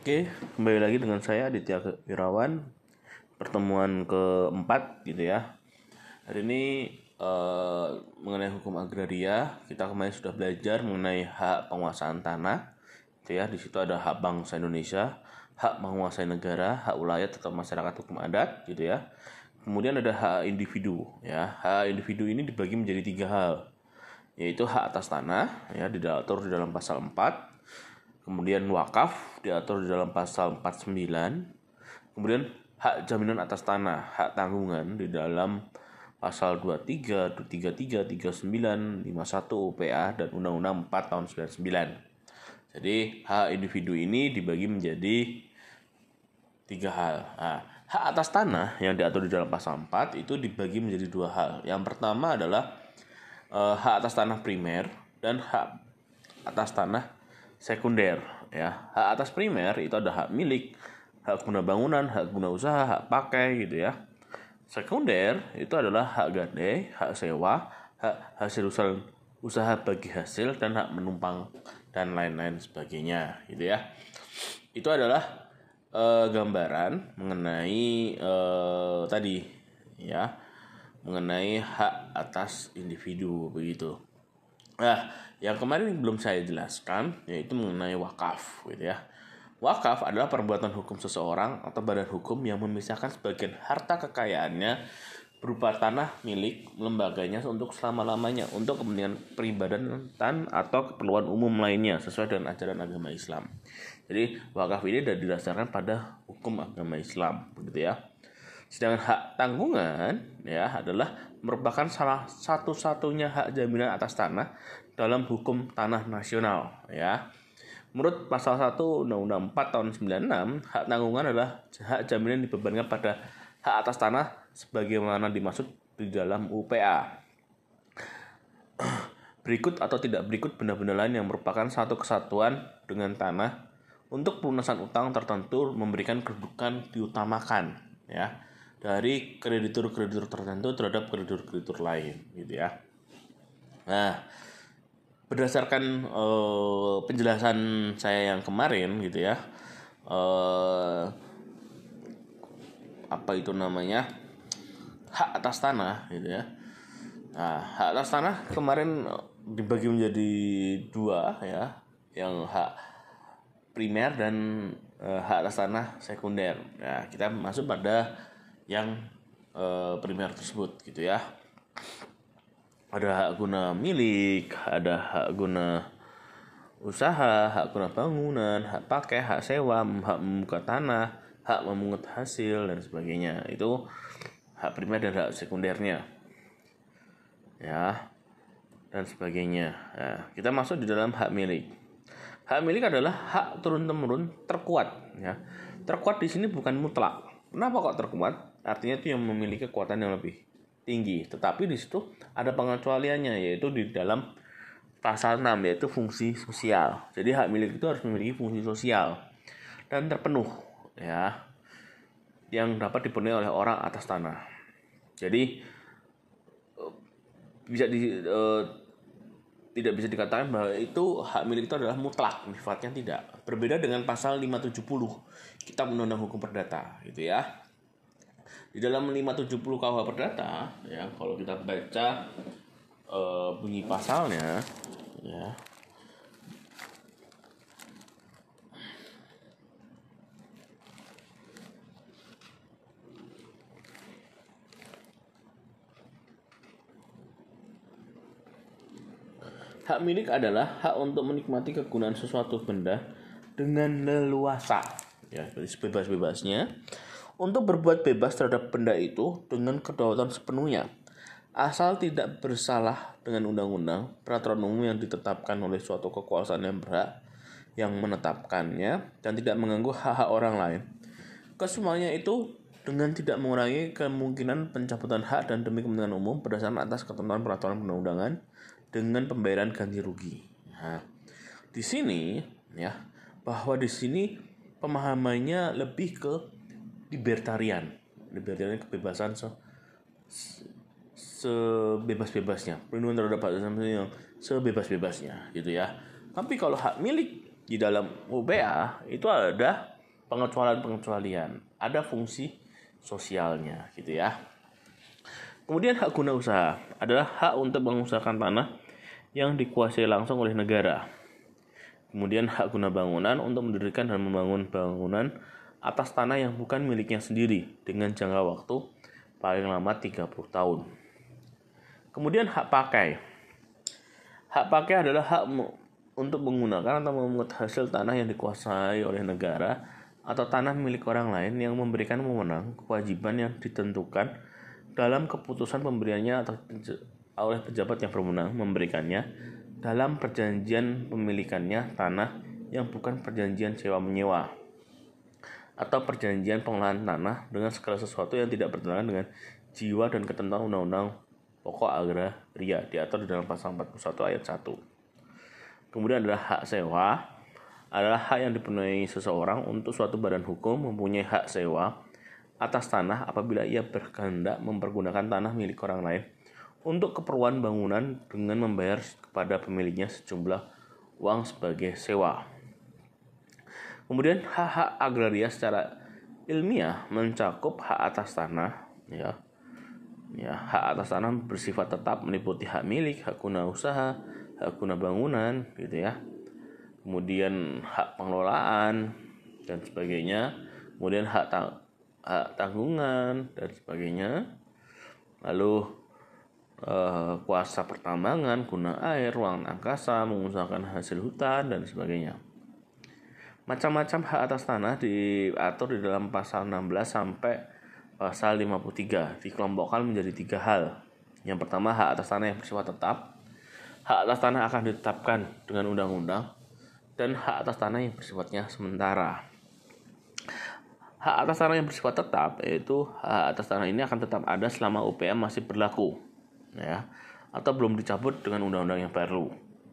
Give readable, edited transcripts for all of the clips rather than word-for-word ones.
Oke, kembali lagi dengan saya Aditya Wirawan. Pertemuan keempat gitu ya. Hari ini mengenai hukum agraria. Kita kemarin sudah belajar mengenai hak penguasaan tanah gitu ya. Di situ ada hak bangsa Indonesia, hak menguasai negara, hak wilayah atau masyarakat hukum adat gitu ya. Kemudian ada hak individu ya. Hak individu ini dibagi menjadi 3 hal, yaitu hak atas tanah ya, diatur di dalam pasal 4. Kemudian wakaf diatur di dalam pasal 49. Kemudian hak jaminan atas tanah, hak tanggungan di dalam pasal 23, 33, 39, 51 UPA dan Undang-Undang 4 tahun 99. Jadi hak individu ini dibagi menjadi 3 hal. Nah, hak atas tanah yang diatur di dalam pasal 4 itu dibagi menjadi 2 hal. Yang pertama adalah hak atas tanah primer dan hak atas tanah sekunder ya. Hak atas primer itu ada hak milik, hak guna bangunan, hak guna usaha, hak pakai gitu ya. Sekunder itu adalah hak gadai, hak sewa, hak hasil usaha bagi hasil, dan hak menumpang dan lain-lain sebagainya gitu ya. Itu adalah gambaran mengenai tadi ya, mengenai hak atas individu begitu. Nah, yang kemarin belum saya jelaskan yaitu mengenai wakaf gitu ya. Wakaf adalah perbuatan hukum seseorang atau badan hukum yang memisahkan sebagian harta kekayaannya berupa tanah milik lembaganya untuk selama-lamanya untuk kepentingan peribadatan atau keperluan umum lainnya sesuai dengan ajaran agama Islam. Jadi wakaf ini didasarkan pada hukum agama Islam begitu ya. Sedangkan hak tanggungan ya adalah merupakan salah satu-satunya hak jaminan atas tanah dalam hukum tanah nasional ya. Menurut pasal 1 Undang-Undang 4 tahun 96, hak tanggungan adalah hak jaminan dibebankan pada hak atas tanah sebagaimana dimaksud di dalam UPA. Berikut atau tidak berikut benda-benda lain yang merupakan satu kesatuan dengan tanah untuk pelunasan utang tertentu memberikan kedudukan diutamakan ya dari kreditur-kreditur tertentu terhadap kreditur-kreditur lain gitu ya. Nah, berdasarkan penjelasan saya yang kemarin gitu ya, apa itu namanya, hak atas tanah gitu ya. Nah, hak atas tanah kemarin dibagi menjadi 2 ya, yang hak primer dan hak atas tanah sekunder. Nah, kita masuk pada yang primer tersebut gitu ya. Ada hak guna milik, ada hak guna usaha, hak guna bangunan, hak pakai, hak sewa, hak membuka tanah, hak memungut hasil dan sebagainya. Itu hak primer dan hak sekundernya ya, dan sebagainya. Nah, kita masuk di dalam hak milik. Hak milik adalah hak turun-temurun terkuat ya. Terkuat di sini bukan mutlak. Kenapa kok terkuat? Artinya itu yang memiliki kekuatan yang lebih tinggi. Tetapi di situ ada pengecualiannya, yaitu di dalam pasal 6, yaitu fungsi sosial. Jadi hak milik itu harus memiliki fungsi sosial dan terpenuh ya, yang dapat dipenuhi oleh orang atas tanah. Jadi tidak bisa dikatakan bahwa itu hak milik itu adalah mutlak, sifatnya tidak. Berbeda dengan pasal 570 Kitab Undang-Undang Hukum Perdata gitu ya. Di dalam 570 KUH Perdata ya, kalau kita baca bunyi pasalnya ya, hak milik adalah hak untuk menikmati kegunaan sesuatu benda dengan leluasa ya, sebebas-bebasnya untuk berbuat bebas terhadap benda itu dengan kedaulatan sepenuhnya, asal tidak bersalah dengan undang-undang, peraturan umum yang ditetapkan oleh suatu kekuasaan yang berhak yang menetapkannya dan tidak mengganggu hak-hak orang lain. Kesemuanya itu dengan tidak mengurangi kemungkinan pencabutan hak dan demi kepentingan umum berdasarkan atas ketentuan peraturan perundang-undangan dengan pembayaran ganti rugi. Nah, di sini ya, bahwa di sini pemahamannya lebih ke libertarian kebebasan sebebas-bebasnya, perlindungan terhadap hak asasi yang sebebas-bebasnya gitu ya. Tapi kalau hak milik di dalam UPA itu ada pengecualian, ada fungsi sosialnya gitu ya. Kemudian hak guna usaha adalah hak untuk mengusahakan tanah yang dikuasai langsung oleh negara. Kemudian hak guna bangunan untuk mendirikan dan membangun bangunan atas tanah yang bukan miliknya sendiri dengan jangka waktu paling lama 30 tahun. Kemudian hak pakai. Hak pakai adalah hak untuk menggunakan atau memungut hasil tanah yang dikuasai oleh negara atau tanah milik orang lain yang memberikan wewenang kewajiban yang ditentukan dalam keputusan pemberiannya atau oleh pejabat yang berwenang memberikannya dalam perjanjian pemilikannya tanah yang bukan perjanjian sewa-menyewa atau perjanjian pengelolaan tanah dengan segala sesuatu yang tidak bertentangan dengan jiwa dan ketentuan Undang-Undang Pokok Agraria diatur di dalam pasal 41 ayat 1. Kemudian adalah hak sewa, adalah hak yang dipenuhi seseorang untuk suatu badan hukum mempunyai hak sewa atas tanah apabila ia berkehendak mempergunakan tanah milik orang lain untuk keperluan bangunan dengan membayar kepada pemiliknya sejumlah uang sebagai sewa. Kemudian hak-hak agraria secara ilmiah mencakup hak atas tanah, hak atas tanah bersifat tetap meliputi hak milik, hak guna usaha, hak guna bangunan, gitu ya. Kemudian hak pengelolaan dan sebagainya. Kemudian hak tanggungan dan sebagainya. Lalu kuasa pertambangan, guna air, ruang angkasa, mengusahakan hasil hutan dan sebagainya. Macam-macam hak atas tanah diatur di dalam pasal 16 sampai pasal 53. Dikelompokkan menjadi 3 hal. Yang pertama, hak atas tanah yang bersifat tetap. Hak atas tanah akan ditetapkan dengan undang-undang. Dan hak atas tanah yang bersifatnya sementara. Hak atas tanah yang bersifat tetap, yaitu hak atas tanah ini akan tetap ada selama UPM masih berlaku, ya, atau belum dicabut dengan undang-undang yang baru.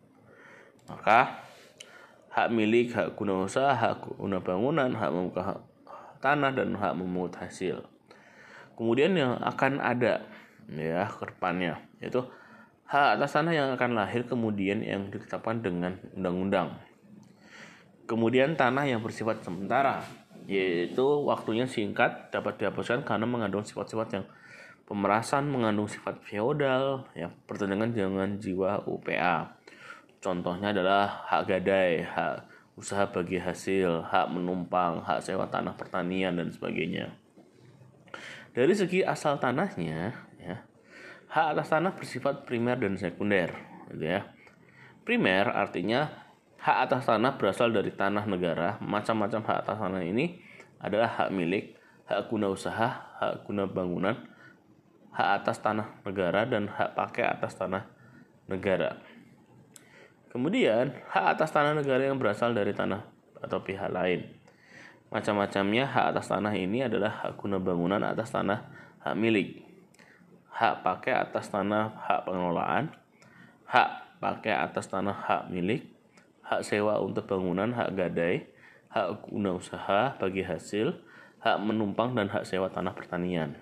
Maka hak milik, hak guna usaha, hak guna bangunan, hak membuka tanah, dan hak memungut hasil. Kemudian yang akan ada, ya, ke depannya, yaitu hak atas tanah yang akan lahir kemudian yang ditetapkan dengan undang-undang. Kemudian tanah yang bersifat sementara, yaitu waktunya singkat, dapat dihapuskan karena mengandung sifat-sifat yang pemerasan, mengandung sifat feodal, ya, pertentangan dengan jiwa UPA. Contohnya adalah hak gadai, hak usaha bagi hasil, hak menumpang, hak sewa tanah pertanian, dan sebagainya. Dari segi asal tanahnya, ya, hak atas tanah bersifat primer dan sekunder, gitu ya. Primer artinya hak atas tanah berasal dari tanah negara. Macam-macam hak atas tanah ini adalah hak milik, hak guna usaha, hak guna bangunan, hak atas tanah negara, dan hak pakai atas tanah negara. Kemudian, hak atas tanah negara yang berasal dari tanah atau pihak lain. Macam-macamnya hak atas tanah ini adalah hak guna bangunan atas tanah hak milik, hak pakai atas tanah hak pengelolaan, hak pakai atas tanah hak milik, hak sewa untuk bangunan hak gadai, hak guna usaha bagi hasil, hak menumpang, dan hak sewa tanah pertanian.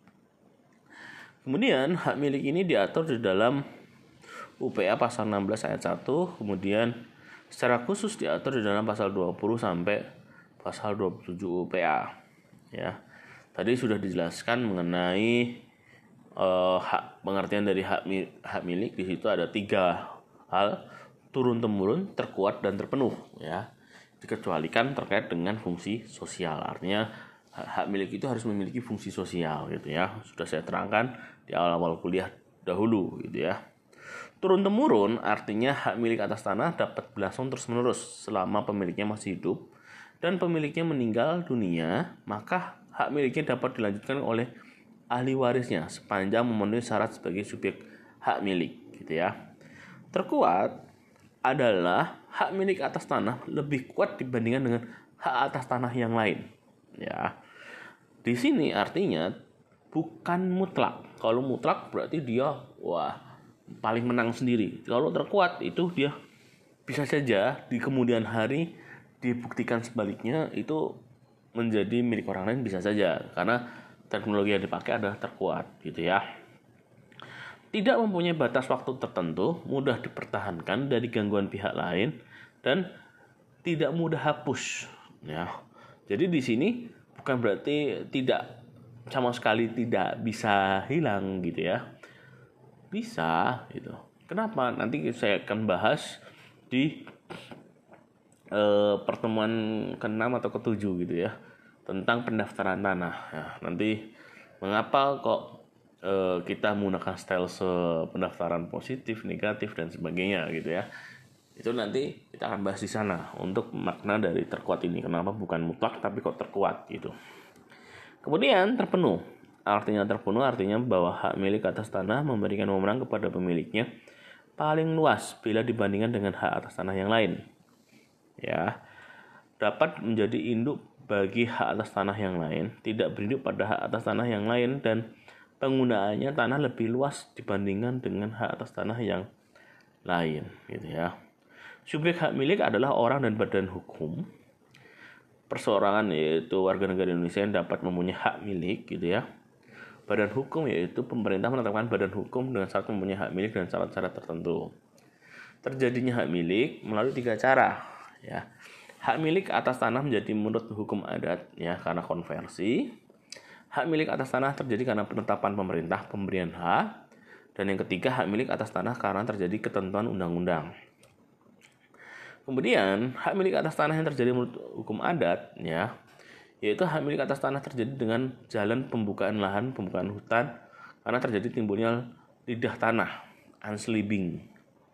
Kemudian hak milik ini diatur di dalam UPA pasal 16 ayat 1, kemudian secara khusus diatur di dalam pasal 20 sampai pasal 27 UPA. Ya. Tadi sudah dijelaskan mengenai hak, pengertian dari hak milik. Di situ ada 3 hal: turun temurun, terkuat, dan terpenuh, ya. Dikecualikan terkait dengan fungsi sosial. Artinya hak milik itu harus memiliki fungsi sosial, gitu ya. Sudah saya terangkan di awal-awal kuliah dahulu, gitu ya. Turun temurun artinya hak milik atas tanah dapat berlangsung terus-menerus selama pemiliknya masih hidup, dan pemiliknya meninggal dunia, maka hak miliknya dapat dilanjutkan oleh ahli warisnya sepanjang memenuhi syarat sebagai subjek hak milik, gitu ya. Terkuat adalah hak milik atas tanah lebih kuat dibandingkan dengan hak atas tanah yang lain, ya. Di sini artinya bukan mutlak. Kalau mutlak berarti dia paling menang sendiri. Kalau terkuat itu dia bisa saja di kemudian hari dibuktikan sebaliknya itu menjadi milik orang lain, bisa saja, karena teknologi yang dipakai adalah terkuat, gitu ya. Tidak mempunyai batas waktu tertentu, mudah dipertahankan dari gangguan pihak lain, dan tidak mudah hapus, ya. Jadi di sini bukan berarti tidak sama sekali tidak bisa hilang gitu ya. Bisa gitu. Kenapa? Nanti saya akan bahas di pertemuan ke-6 atau ke-7 gitu ya, tentang pendaftaran tanah. Nah, nanti mengapa kok kita menggunakan style pendaftaran positif, negatif dan sebagainya gitu ya. Itu nanti kita akan bahas di sana untuk makna dari terkuat ini. Kenapa bukan mutlak tapi kok terkuat gitu. Kemudian terpenuh. Artinya terpenuh artinya bahwa hak milik atas tanah memberikan wewenang kepada pemiliknya paling luas bila dibandingkan dengan hak atas tanah yang lain. Ya, dapat menjadi induk bagi hak atas tanah yang lain, tidak berinduk pada hak atas tanah yang lain, dan penggunaannya tanah lebih luas dibandingkan dengan hak atas tanah yang lain gitu ya. Subjek hak milik adalah orang dan badan hukum perseorangan, yaitu warga negara Indonesia yang dapat mempunyai hak milik gitu ya. Badan hukum yaitu pemerintah menetapkan badan hukum dengan syarat mempunyai hak milik dan syarat-syarat tertentu. Terjadinya hak milik melalui 3 cara ya. Hak milik atas tanah menjadi menurut hukum adat ya karena konversi. Hak milik atas tanah terjadi karena penetapan pemerintah pemberian hak. Dan yang ketiga, hak milik atas tanah karena terjadi ketentuan undang-undang. Kemudian, hak milik atas tanah yang terjadi menurut hukum adat ya, yaitu hak milik atas tanah terjadi dengan jalan pembukaan lahan, pembukaan hutan karena terjadi timbulnya lidah tanah, unslabing.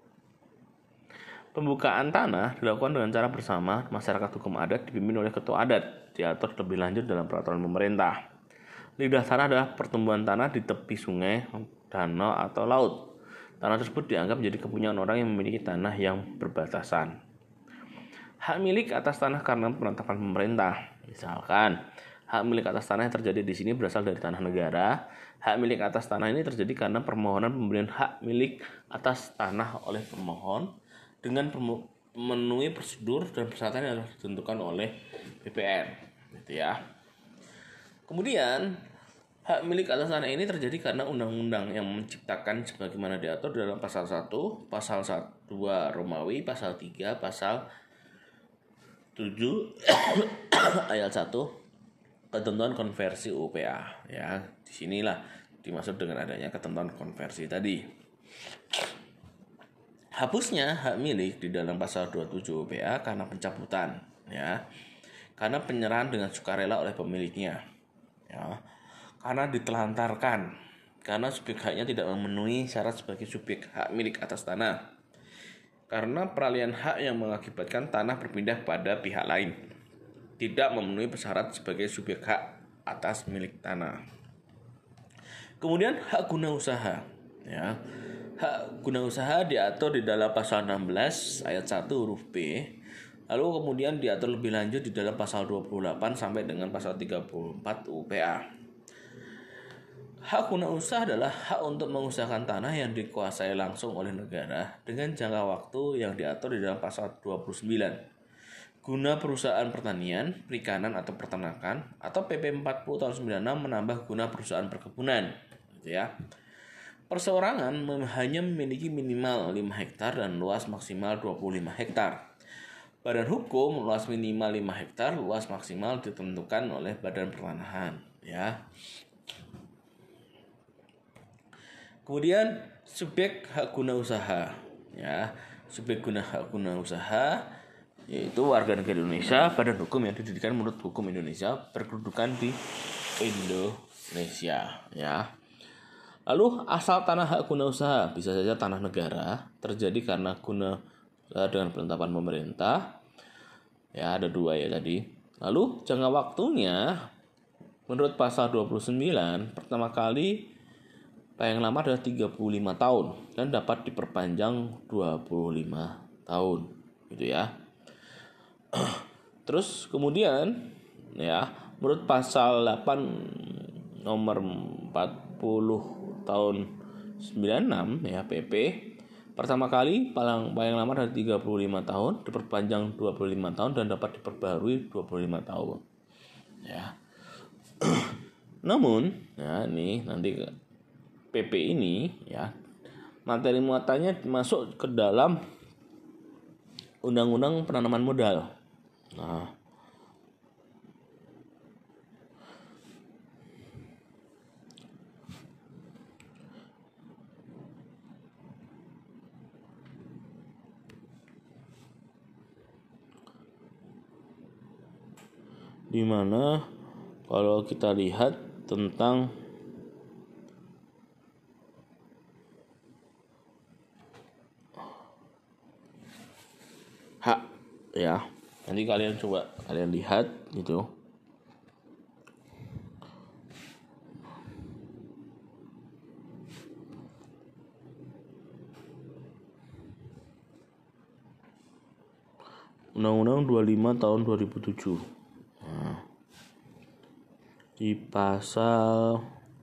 Pembukaan tanah dilakukan dengan cara bersama masyarakat hukum adat dipimpin oleh ketua adat, diatur lebih lanjut dalam peraturan pemerintah. Lidah tanah adalah pertumbuhan tanah di tepi sungai, danau, atau laut. Tanah tersebut dianggap menjadi kepunyaan orang yang memiliki tanah yang berbatasan. Hak milik atas tanah karena penetapan pemerintah. Misalkan, hak milik atas tanah yang terjadi di sini berasal dari tanah negara. Hak milik atas tanah ini terjadi karena permohonan pemberian hak milik atas tanah oleh pemohon dengan memenuhi prosedur dan persyaratan yang ditentukan oleh BPN, gitu ya. Kemudian, hak milik atas tanah ini terjadi karena undang-undang yang menciptakan sebagaimana diatur dalam pasal 1, pasal 2 Romawi, pasal 3, pasal 7 ayat 1 ketentuan konversi UPA ya. Disinilah dimaksud dengan adanya ketentuan konversi tadi. Hapusnya hak milik di dalam pasal 27 UPA karena pencabutan ya. Karena penyerahan dengan sukarela oleh pemiliknya. Ya. Karena ditelantarkan. Karena subjek haknya tidak memenuhi syarat sebagai subjek hak milik atas tanah. Karena peralihan hak yang mengakibatkan tanah berpindah pada pihak lain, tidak memenuhi syarat sebagai subjek hak atas milik tanah. Kemudian hak guna usaha ya. Hak guna usaha diatur di dalam pasal 16 ayat 1 huruf B. Lalu kemudian diatur lebih lanjut di dalam pasal 28 sampai dengan pasal 34 UPA. Hak guna usaha adalah hak untuk mengusahakan tanah yang dikuasai langsung oleh negara dengan jangka waktu yang diatur di dalam pasal 29. Guna perusahaan pertanian, perikanan atau peternakan atau PP 40 tahun 96 menambah guna perusahaan perkebunan, gitu ya. Perseorangan hanya memiliki minimal 5 hektar dan luas maksimal 25 hektar. Badan hukum luas minimal 5 hektar, luas maksimal ditentukan oleh Badan Pertanahan, ya. Kemudian subjek hak guna usaha ya. Subjek hak guna usaha yaitu warga negara Indonesia, badan hukum yang didirikan menurut hukum Indonesia, berkedudukan di Indonesia ya. Lalu asal tanah hak guna usaha bisa saja tanah negara, terjadi karena guna dengan penetapan pemerintah. Ya, ada 2 ya tadi. Lalu jangka waktunya menurut pasal 29 pertama kali paling lama adalah 35 tahun dan dapat diperpanjang 25 tahun gitu ya. Terus kemudian ya, menurut pasal 8 nomor 40 tahun 96 ya PP, pertama kali paling lama adalah 35 tahun, diperpanjang 25 tahun dan dapat diperbarui 25 tahun. Ya. Namun, ya ini nanti PP ini ya, materi muatannya masuk ke dalam Undang-Undang Penanaman Modal. Nah, dimana kalau kita lihat tentang hak ya, nanti kalian lihat gitu. Undang-Undang 25 tahun 2007. Nah, di pasal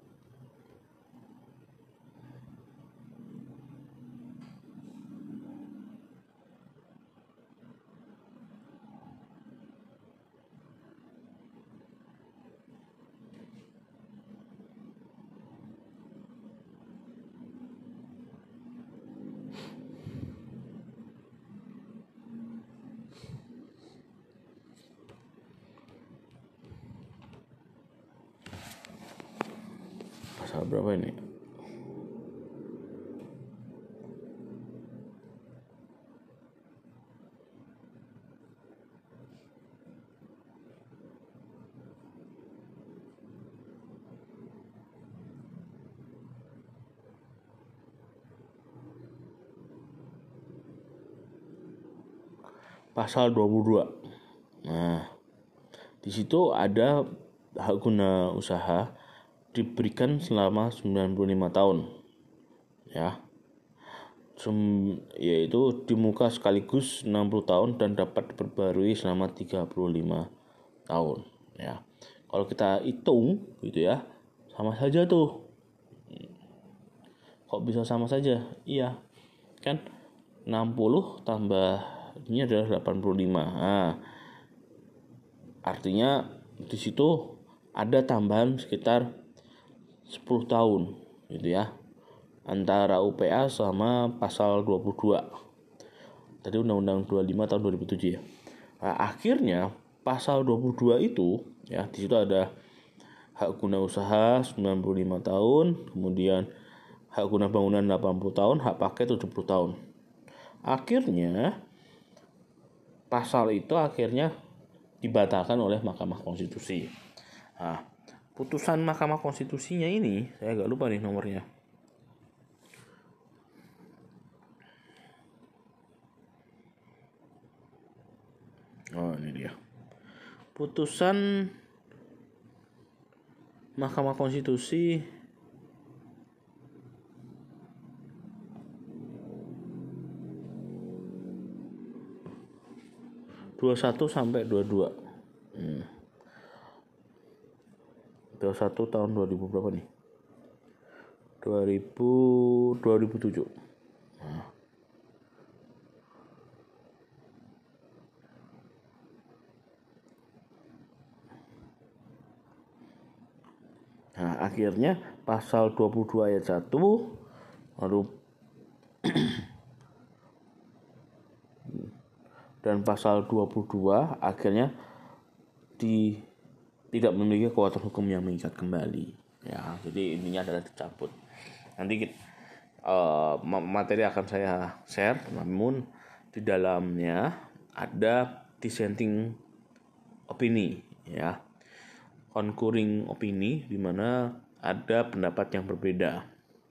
berapa ini? Pasal 22. Nah, di situ ada hak guna usaha diberikan selama 95 tahun. Ya. Yaitu di muka sekaligus 60 tahun dan dapat diperbarui selama 35 tahun, ya. Kalau kita hitung gitu ya, sama saja tuh. Kok bisa sama saja? Iya. Kan 60 tambah ini adalah 85. Nah, artinya di situ ada tambahan sekitar 10 tahun gitu ya, antara UPA sama pasal 22. Tadi Undang-Undang 25 tahun 2007 ya. Nah, akhirnya pasal 22 itu ya, di situ ada hak guna usaha 95 tahun, kemudian hak guna bangunan 80 tahun, hak pakai 70 tahun. Akhirnya pasal itu dibatalkan oleh Mahkamah Konstitusi. Nah, putusan Mahkamah Konstitusinya ini saya agak lupa nih nomornya. Oh, ini dia. Putusan Mahkamah Konstitusi dua satu sampai 22. 21 tahun 2000 berapa nih? 2007. Nah, akhirnya pasal 22 ayat 1 lalu dan pasal 22 akhirnya tidak memiliki kekuatan hukum yang mengikat kembali, ya. Jadi intinya adalah dicabut. Nanti materi akan saya share, namun di dalamnya ada dissenting opini, ya, concurring opini, di mana ada pendapat yang berbeda.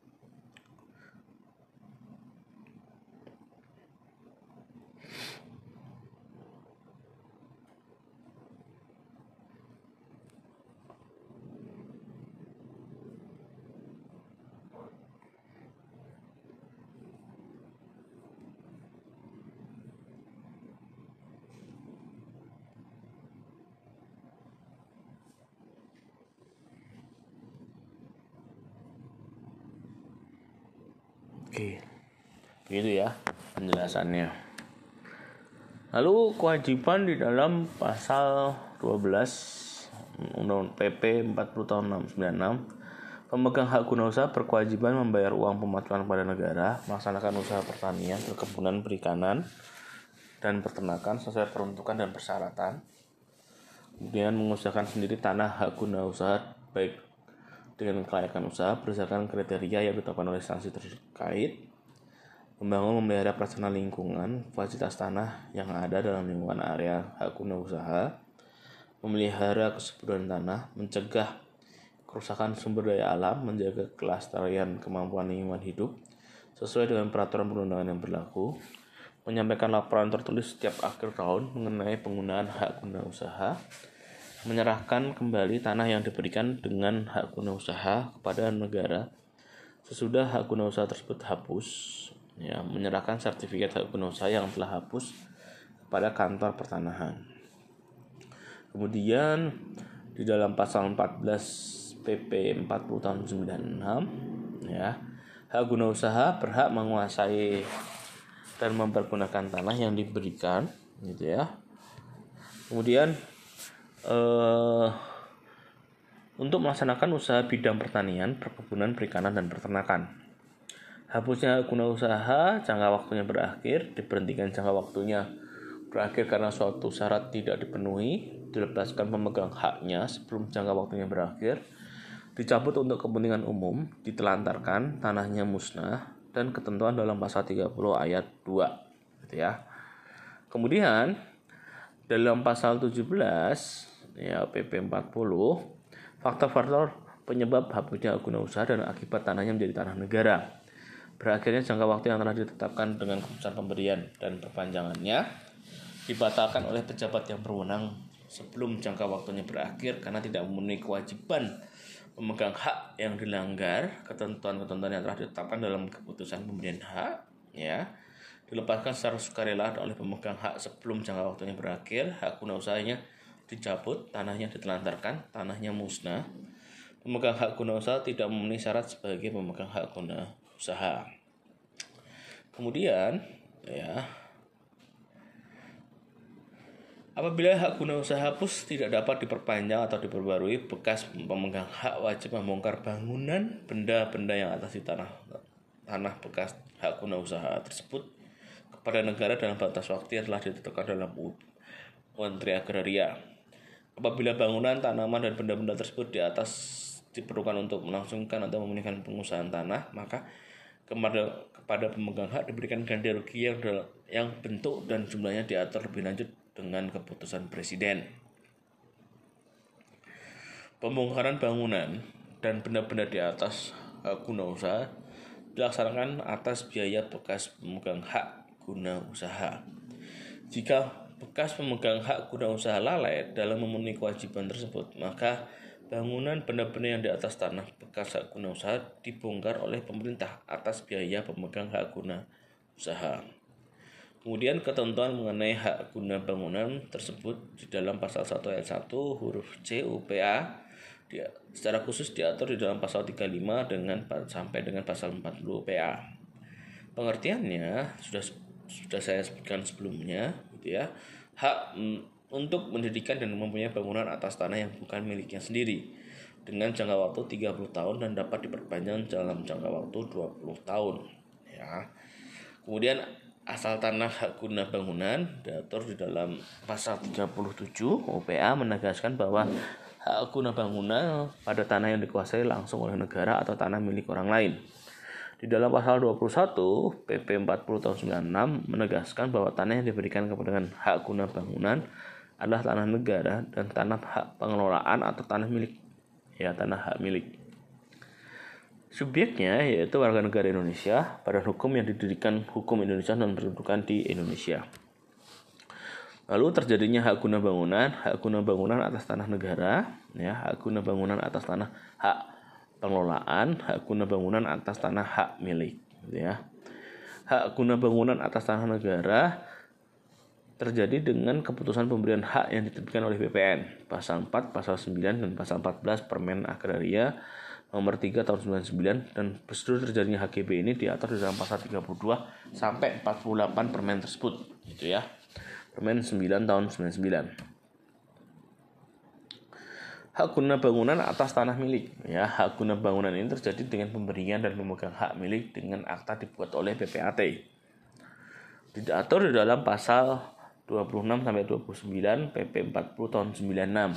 Oke, begitu ya penjelasannya. Lalu kewajiban di dalam pasal 12 Undang-Undang PP 40 tahun 1996, pemegang hak guna usaha berkewajiban membayar uang pematuhan kepada negara, melaksanakan usaha pertanian, perkebunan, perikanan, dan peternakan sesuai peruntukan dan persyaratan. Kemudian mengusahakan sendiri tanah hak guna usaha baik dengan kelayakan usaha berdasarkan kriteria yang ditetapkan oleh instansi terkait, membangun memelihara pelaksanaan lingkungan fasilitas tanah yang ada dalam lingkungan area hak guna usaha, memelihara kesuburan tanah, mencegah kerusakan sumber daya alam, menjaga kelestarian kemampuan lingkungan hidup sesuai dengan peraturan perundangan yang berlaku, menyampaikan laporan tertulis setiap akhir tahun mengenai penggunaan hak guna usaha, menyerahkan kembali tanah yang diberikan dengan hak guna usaha kepada negara sesudah hak guna usaha tersebut hapus, ya, menyerahkan sertifikat hak guna usaha yang telah hapus kepada kantor pertanahan. Kemudian di dalam pasal 14 PP 40 tahun 96, ya, hak guna usaha berhak menguasai dan mempergunakan tanah yang diberikan, gitu ya. Kemudian untuk melaksanakan usaha bidang pertanian, perkebunan, perikanan, dan peternakan. Hapusnya hak guna usaha, jangka waktunya berakhir, diberhentikan jangka waktunya berakhir karena suatu syarat tidak dipenuhi, dilepaskan pemegang haknya sebelum jangka waktunya berakhir, dicabut untuk kepentingan umum, ditelantarkan, tanahnya musnah, dan ketentuan dalam pasal 30 ayat 2, gitu ya. Kemudian dalam pasal 17 ya PP 40, faktor-faktor penyebab hapusnya hak guna usaha dan akibat tanahnya menjadi tanah negara. Berakhirnya jangka waktu yang telah ditetapkan dengan keputusan pemberian dan perpanjangannya dibatalkan oleh pejabat yang berwenang sebelum jangka waktunya berakhir karena tidak memenuhi kewajiban pemegang hak yang dilanggar ketentuan-ketentuan yang telah ditetapkan dalam keputusan pemberian hak, ya, dilepaskan secara sukarela oleh pemegang hak sebelum jangka waktunya berakhir, hak guna usahanya dicabut, tanahnya ditelantarkan, tanahnya musnah. Pemegang hak guna usaha tidak memenuhi syarat sebagai pemegang hak guna usaha. Kemudian, ya, apabila hak guna usaha hapus tidak dapat diperpanjang atau diperbarui, bekas pemegang hak wajib membongkar bangunan, benda-benda yang atas di tanah bekas hak guna usaha tersebut kepada negara dalam batas waktu yang telah ditetapkan dalam Menteri Agraria. Apabila bangunan, tanaman, dan benda-benda tersebut di atas diperlukan untuk melangsungkan atau memulihkan pengusahaan tanah, maka kepada pemegang hak diberikan ganti rugi yang bentuk dan jumlahnya diatur lebih lanjut dengan keputusan Presiden. Pembongkaran bangunan dan benda-benda di atas hak guna usaha dilaksanakan atas biaya bekas pemegang hak guna usaha. Jika bekas pemegang hak guna usaha lalai dalam memenuhi kewajiban tersebut, maka bangunan, benda-benda yang di atas tanah bekas hak guna usaha dibongkar oleh pemerintah atas biaya pemegang hak guna usaha. Kemudian ketentuan mengenai hak guna bangunan tersebut di dalam pasal 1 ayat 1 huruf C UPA secara khusus diatur di dalam pasal 35 sampai dengan pasal 40 UPA. Pengertiannya sudah saya sebutkan sebelumnya, gitu ya. Hak untuk mendirikan dan mempunyai bangunan atas tanah yang bukan miliknya sendiri dengan jangka waktu 30 tahun dan dapat diperpanjang dalam jangka waktu 20 tahun, ya. Kemudian asal tanah hak guna bangunan diatur di dalam pasal 37 UPA menegaskan bahwa hak guna bangunan pada tanah yang dikuasai langsung oleh negara atau tanah milik orang lain. Di dalam pasal 21 PP 40 tahun 96 menegaskan bahwa tanah yang diberikan kepada hak guna bangunan adalah tanah negara dan tanah hak pengelolaan atau tanah milik, ya, tanah hak milik. Subjeknya yaitu warga negara Indonesia, badan hukum yang didirikan hukum Indonesia dan berkedudukan di Indonesia. Lalu terjadinya hak guna bangunan atas tanah negara, ya, hak guna bangunan atas tanah hak pengelolaan, hak guna bangunan atas tanah hak milik, gitu ya. Hak guna bangunan atas tanah negara terjadi dengan keputusan pemberian hak yang diterbitkan oleh BPN, pasal 4, pasal 9, dan pasal 14 Permen Agraria nomor 3 tahun 99, dan prosedur terjadinya HGB ini diatur di dalam pasal 32 sampai 48 Permen tersebut, gitu ya. Permen 9 tahun 99. Hak guna bangunan atas tanah milik, ya. Hak guna bangunan ini terjadi dengan pemberian dan pemegang hak milik dengan akta dibuat oleh PPAT. Diatur di dalam pasal 26 sampai 29 PP 40 tahun 96.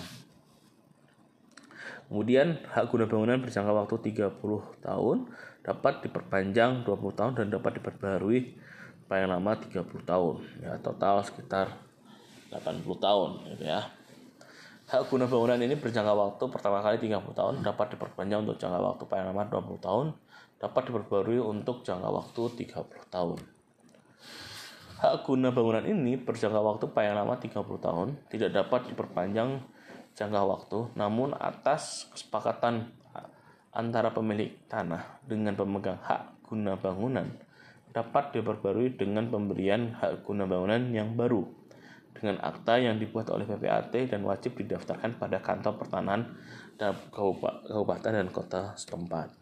Kemudian hak guna bangunan berjangka waktu 30 tahun dapat diperpanjang 20 tahun dan dapat diperbarui paling lama 30 tahun, ya, total sekitar 80 tahun, gitu ya. Hak guna bangunan ini berjangka waktu pertama kali 30 tahun, dapat diperpanjang untuk jangka waktu paling lama 20 tahun, dapat diperbarui untuk jangka waktu 30 tahun. Hak guna bangunan ini berjangka waktu paling lama 30 tahun, tidak dapat diperpanjang jangka waktu, namun atas kesepakatan antara pemilik tanah dengan pemegang hak guna bangunan dapat diperbarui dengan pemberian hak guna bangunan yang baru dengan akta yang dibuat oleh PPAT dan wajib didaftarkan pada kantor pertanahan dan kabupaten dan kota setempat.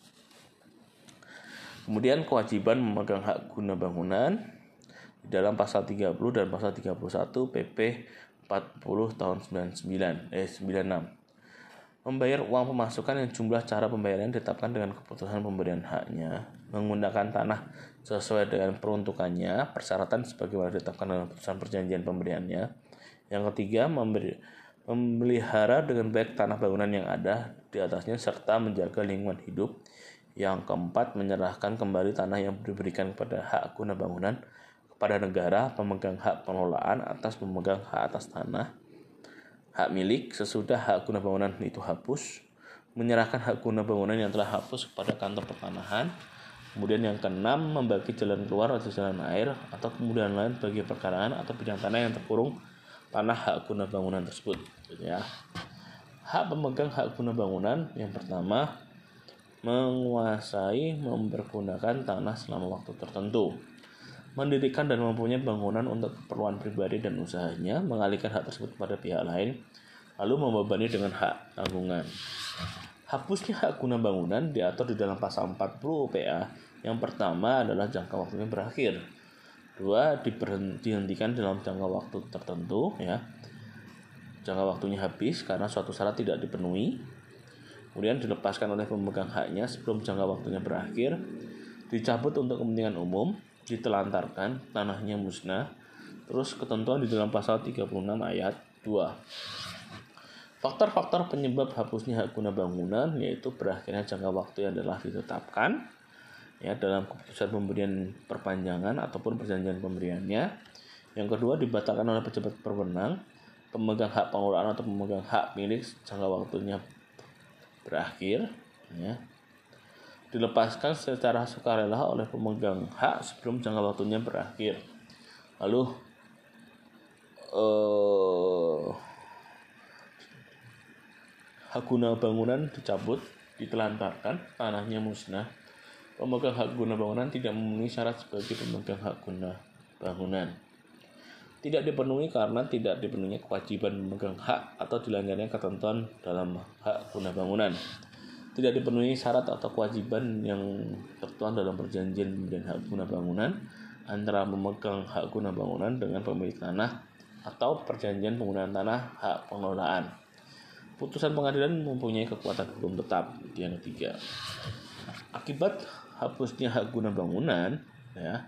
Kemudian kewajiban memegang hak guna bangunan di dalam pasal 30 dan pasal 31 PP 40 tahun 96. Membayar uang pemasukan yang jumlah cara pembayaran ditetapkan dengan keputusan pemberian haknya, menggunakan tanah sesuai dengan peruntukannya, persyaratan sebagaimana ditetapkan dalam keputusan perjanjian pemberiannya. Yang ketiga, memelihara dengan baik tanah bangunan yang ada di atasnya serta menjaga lingkungan hidup. Yang keempat, menyerahkan kembali tanah yang diberikan kepada hak guna bangunan kepada negara pemegang hak pengelolaan atas pemegang hak atas tanah. Hak milik sesudah hak guna bangunan itu hapus, menyerahkan hak guna bangunan yang telah hapus kepada kantor pertanahan. Kemudian yang keenam, membagi jalan keluar atau jalan air atau kemudahan lain bagi perkarangan atau bidang tanah yang terkurung tanah hak guna bangunan tersebut. Ya. Hak pemegang hak guna bangunan yang pertama, menguasai mempergunakan tanah selama waktu tertentu, mendirikan dan mempunyai bangunan untuk keperluan pribadi dan usahanya, mengalihkan hak tersebut kepada pihak lain, lalu membebani dengan hak tanggungan. Hapusnya hak guna bangunan diatur di dalam pasal 40 PA. Yang pertama adalah jangka waktunya berakhir. Dua, dihentikan dalam jangka waktu tertentu, ya. Jangka waktunya habis karena suatu syarat tidak dipenuhi. Kemudian dilepaskan oleh pemegang haknya sebelum jangka waktunya berakhir. Dicabut untuk kepentingan umum, ditelantarkan, tanahnya musnah. Terus ketentuan di dalam pasal 36 ayat 2. Faktor-faktor penyebab hapusnya hak guna bangunan yaitu berakhirnya jangka waktu yang telah ditetapkan ya dalam keputusan pemberian perpanjangan ataupun perjanjian pemberiannya. Yang kedua, dibatalkan oleh pejabat berwenang, pemegang hak pengelolaan atau pemegang hak milik jangka waktunya berakhir, ya. Dilepaskan secara sukarela oleh pemegang hak sebelum jangka waktunya berakhir. Lalu hak guna bangunan dicabut, ditelantarkan, tanahnya musnah. Pemegang hak guna bangunan tidak memenuhi syarat sebagai pemegang hak guna bangunan. Tidak dipenuhi karena tidak dipenuhinya kewajiban pemegang hak atau dilanggarnya ketentuan dalam hak guna bangunan. Tidak dipenuhi syarat atau kewajiban yang tertuang dalam perjanjian pemberian hak guna bangunan antara pemegang hak guna bangunan dengan pemilik tanah atau perjanjian penggunaan tanah hak pengelolaan. Putusan pengadilan mempunyai kekuatan hukum tetap. Yang ketiga, akibat hapusnya hak guna bangunan, ya,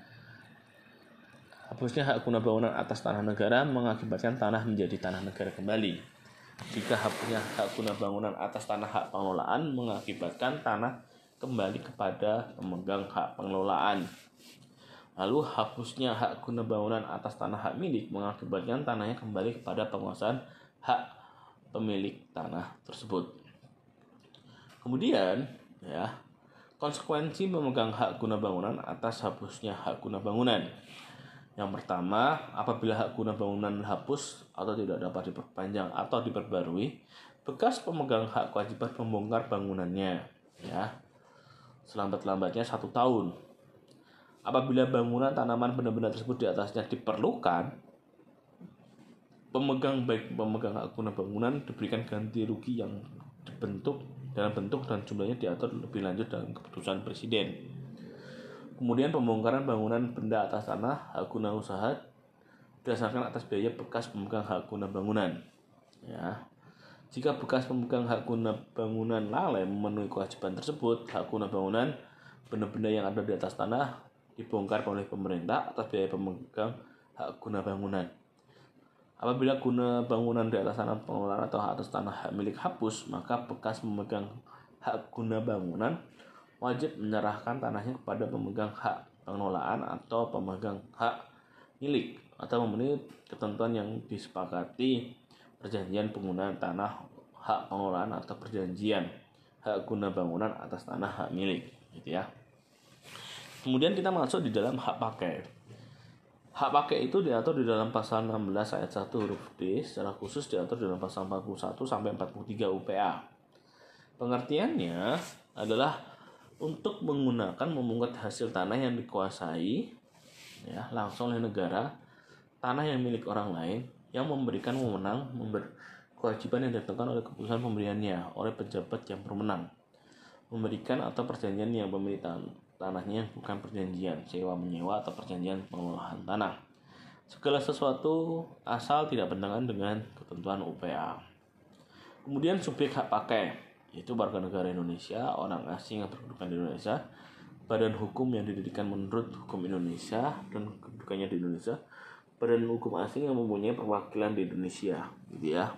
hapusnya hak guna bangunan atas tanah negara mengakibatkan tanah menjadi tanah negara kembali. Jika hapusnya hak guna bangunan atas tanah hak pengelolaan mengakibatkan tanah kembali kepada pemegang hak pengelolaan. Lalu hapusnya hak guna bangunan atas tanah hak milik mengakibatkan tanahnya kembali kepada penguasaan hak pemilik tanah tersebut. Kemudian, ya, konsekuensi memegang hak guna bangunan atas hapusnya hak guna bangunan. Yang pertama, apabila hak guna bangunan hapus atau tidak dapat diperpanjang atau diperbarui, bekas pemegang hak kewajiban membongkar bangunannya, ya, selambat-lambatnya 1 tahun. Apabila bangunan tanaman benda-benda tersebut di atasnya diperlukan, pemegang hak guna bangunan diberikan ganti rugi yang dibentuk dalam bentuk dan jumlahnya diatur lebih lanjut dalam keputusan presiden. Kemudian pembongkaran bangunan benda atas tanah hak guna usaha berdasarkan atas biaya bekas pemegang hak guna bangunan. Ya. Jika bekas pemegang hak guna bangunan lalai memenuhi kewajiban tersebut, hak guna bangunan benda-benda yang ada di atas tanah dibongkar oleh pemerintah atas biaya pemegang hak guna bangunan. Apabila guna bangunan di atas tanah pengelolaan atau atas tanah hak milik hapus, maka bekas pemegang hak guna bangunan wajib menyerahkan tanahnya kepada pemegang hak pengelolaan atau pemegang hak milik atau memenuhi ketentuan yang disepakati perjanjian penggunaan tanah hak pengelolaan atau perjanjian hak guna bangunan atas tanah hak milik, gitu ya. Kemudian kita masuk di dalam hak pakai. Hak pakai itu diatur di dalam pasal 16 ayat 1 huruf D, secara khusus diatur dalam pasal 41 sampai 43 UPA. Pengertiannya adalah untuk menggunakan memungut hasil tanah yang dikuasai ya langsung oleh negara, tanah yang milik orang lain yang memberikan wewenang kewajiban yang ditentukan oleh keputusan pemberiannya oleh pejabat yang berwenang, memberikan atau perjanjian yang pemilik tanahnya bukan perjanjian sewa menyewa atau perjanjian pengelolaan tanah. Segala sesuatu asal tidak bertentangan dengan ketentuan UPA. Kemudian subjek hak pakai, yaitu warga negara Indonesia, orang asing yang berkedudukan di Indonesia, badan hukum yang didirikan menurut hukum Indonesia dan kedudukannya di Indonesia, badan hukum asing yang mempunyai perwakilan di Indonesia, gitu ya.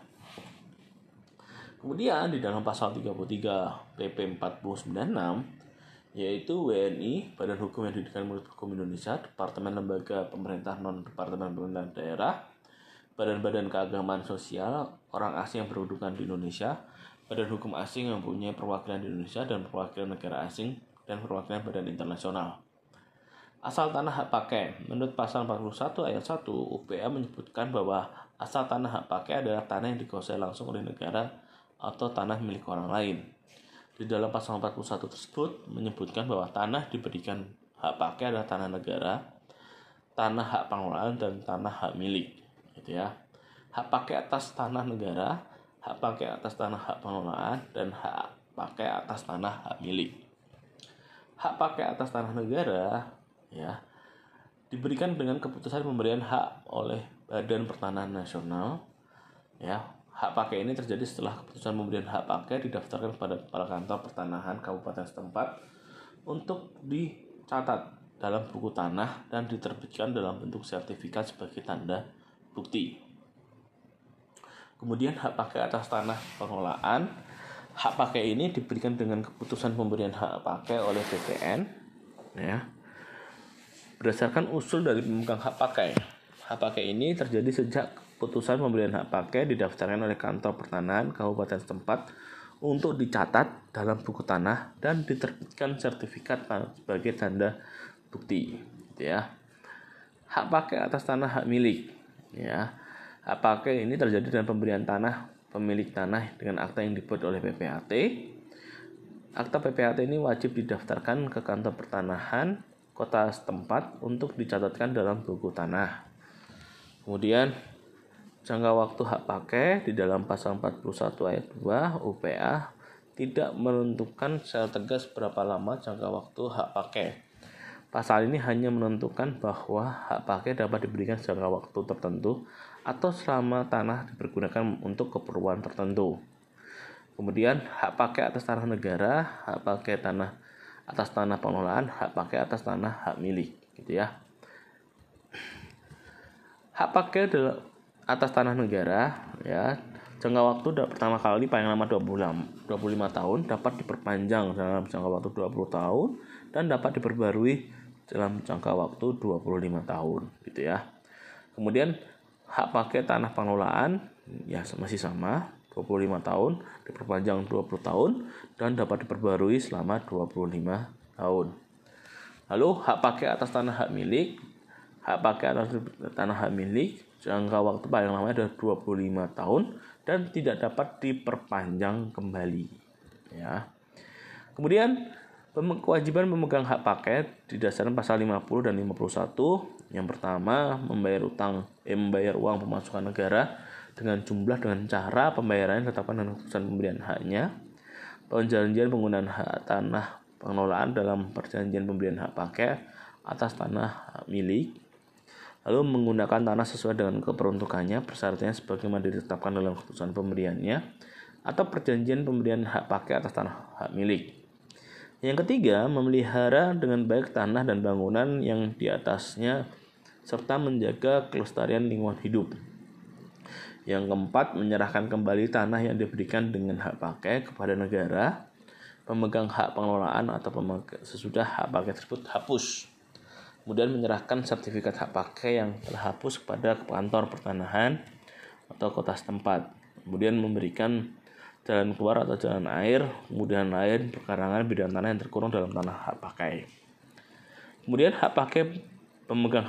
Kemudian di dalam pasal 33 PP 496 yaitu WNI, badan hukum yang didirikan menurut hukum Indonesia, departemen lembaga pemerintah non-departemen pemerintah daerah, badan-badan keagamaan sosial, orang asing yang berkedudukan di Indonesia, badan hukum asing yang mempunyai perwakilan di Indonesia dan perwakilan negara asing dan perwakilan badan internasional. Asal tanah hak pakai, menurut pasal 41 ayat 1 UPA menyebutkan bahwa asal tanah hak pakai adalah tanah yang dikuasai langsung oleh negara atau tanah milik orang lain. Di dalam pasal 41 tersebut menyebutkan bahwa tanah diberikan hak pakai adalah tanah negara, tanah hak pengelolaan dan tanah hak milik, gitu ya. Hak pakai atas tanah negara, hak pakai atas tanah hak pengelolaan dan hak pakai atas tanah hak milik. Hak pakai atas tanah negara ya diberikan dengan keputusan pemberian hak oleh Badan Pertanahan Nasional ya. Hak pakai ini terjadi setelah keputusan pemberian hak pakai didaftarkan kepada kepala kantor pertanahan kabupaten setempat untuk dicatat dalam buku tanah dan diterbitkan dalam bentuk sertifikat sebagai tanda bukti. Kemudian hak pakai atas tanah pengelolaan, hak pakai ini diberikan dengan keputusan pemberian hak pakai oleh BPN ya. Berdasarkan usul dari pemegang hak pakai. Hak pakai ini terjadi sejak keputusan pemberian hak pakai didaftarkan oleh kantor pertanahan kabupaten setempat untuk dicatat dalam buku tanah dan diterbitkan sertifikat sebagai tanda bukti, gitu ya. Hak pakai atas tanah hak milik, ya. Hak pakai ini terjadi dengan pemberian tanah pemilik tanah dengan akta yang dibuat oleh PPAT. Akta PPAT ini wajib didaftarkan ke kantor pertanahan kota setempat untuk dicatatkan dalam buku tanah. Kemudian jangka waktu hak pakai di dalam pasal 41 ayat 2 UPA tidak menentukan secara tegas berapa lama jangka waktu hak pakai. Pasal ini hanya menentukan bahwa hak pakai dapat diberikan jangka waktu tertentu atau selama tanah dipergunakan untuk keperluan tertentu. Kemudian hak pakai atas tanah negara, hak pakai tanah atas tanah pengelolaan, hak pakai atas tanah hak milik, gitu ya. Hak pakai atas tanah negara ya, jangka waktu pertama kali paling lama 25 tahun, dapat diperpanjang dalam jangka waktu 20 tahun dan dapat diperbarui dalam jangka waktu 25 tahun, gitu ya. Kemudian hak pakai tanah pengelolaan ya masih sama, 25 tahun diperpanjang 20 tahun dan dapat diperbarui selama 25 tahun. Lalu hak pakai atas tanah hak milik, hak pakai atas tanah hak milik jangka waktu paling lama adalah 25 tahun dan tidak dapat diperpanjang kembali ya. Kemudian kewajiban pemegang hak pakai didasarkan pasal 50 dan 51. Yang pertama, membayar uang pemasukan negara dengan jumlah dengan cara pembayaran yang ditetapkan dengan keputusan pemberian haknya. Perjanjian penggunaan hak tanah pengelolaan dalam perjanjian pemberian hak pakai atas tanah hak milik. Lalu menggunakan tanah sesuai dengan keperuntukannya, persyaratannya sebagaimana ditetapkan dalam keputusan pemberiannya, atau perjanjian pemberian hak pakai atas tanah hak milik. Yang ketiga, memelihara dengan baik tanah dan bangunan yang di atasnya serta menjaga kelestarian lingkungan hidup. Yang keempat, menyerahkan kembali tanah yang diberikan dengan hak pakai kepada negara, pemegang hak pengelolaan atau sesudah hak pakai tersebut hapus. Kemudian menyerahkan sertifikat hak pakai yang telah hapus kepada kantor pertanahan atau kota setempat. Kemudian memberikan jalan keluar atau jalan air, kemudian lain perkarangan bidang tanah yang terkurung dalam tanah hak pakai. Kemudian hak pemegang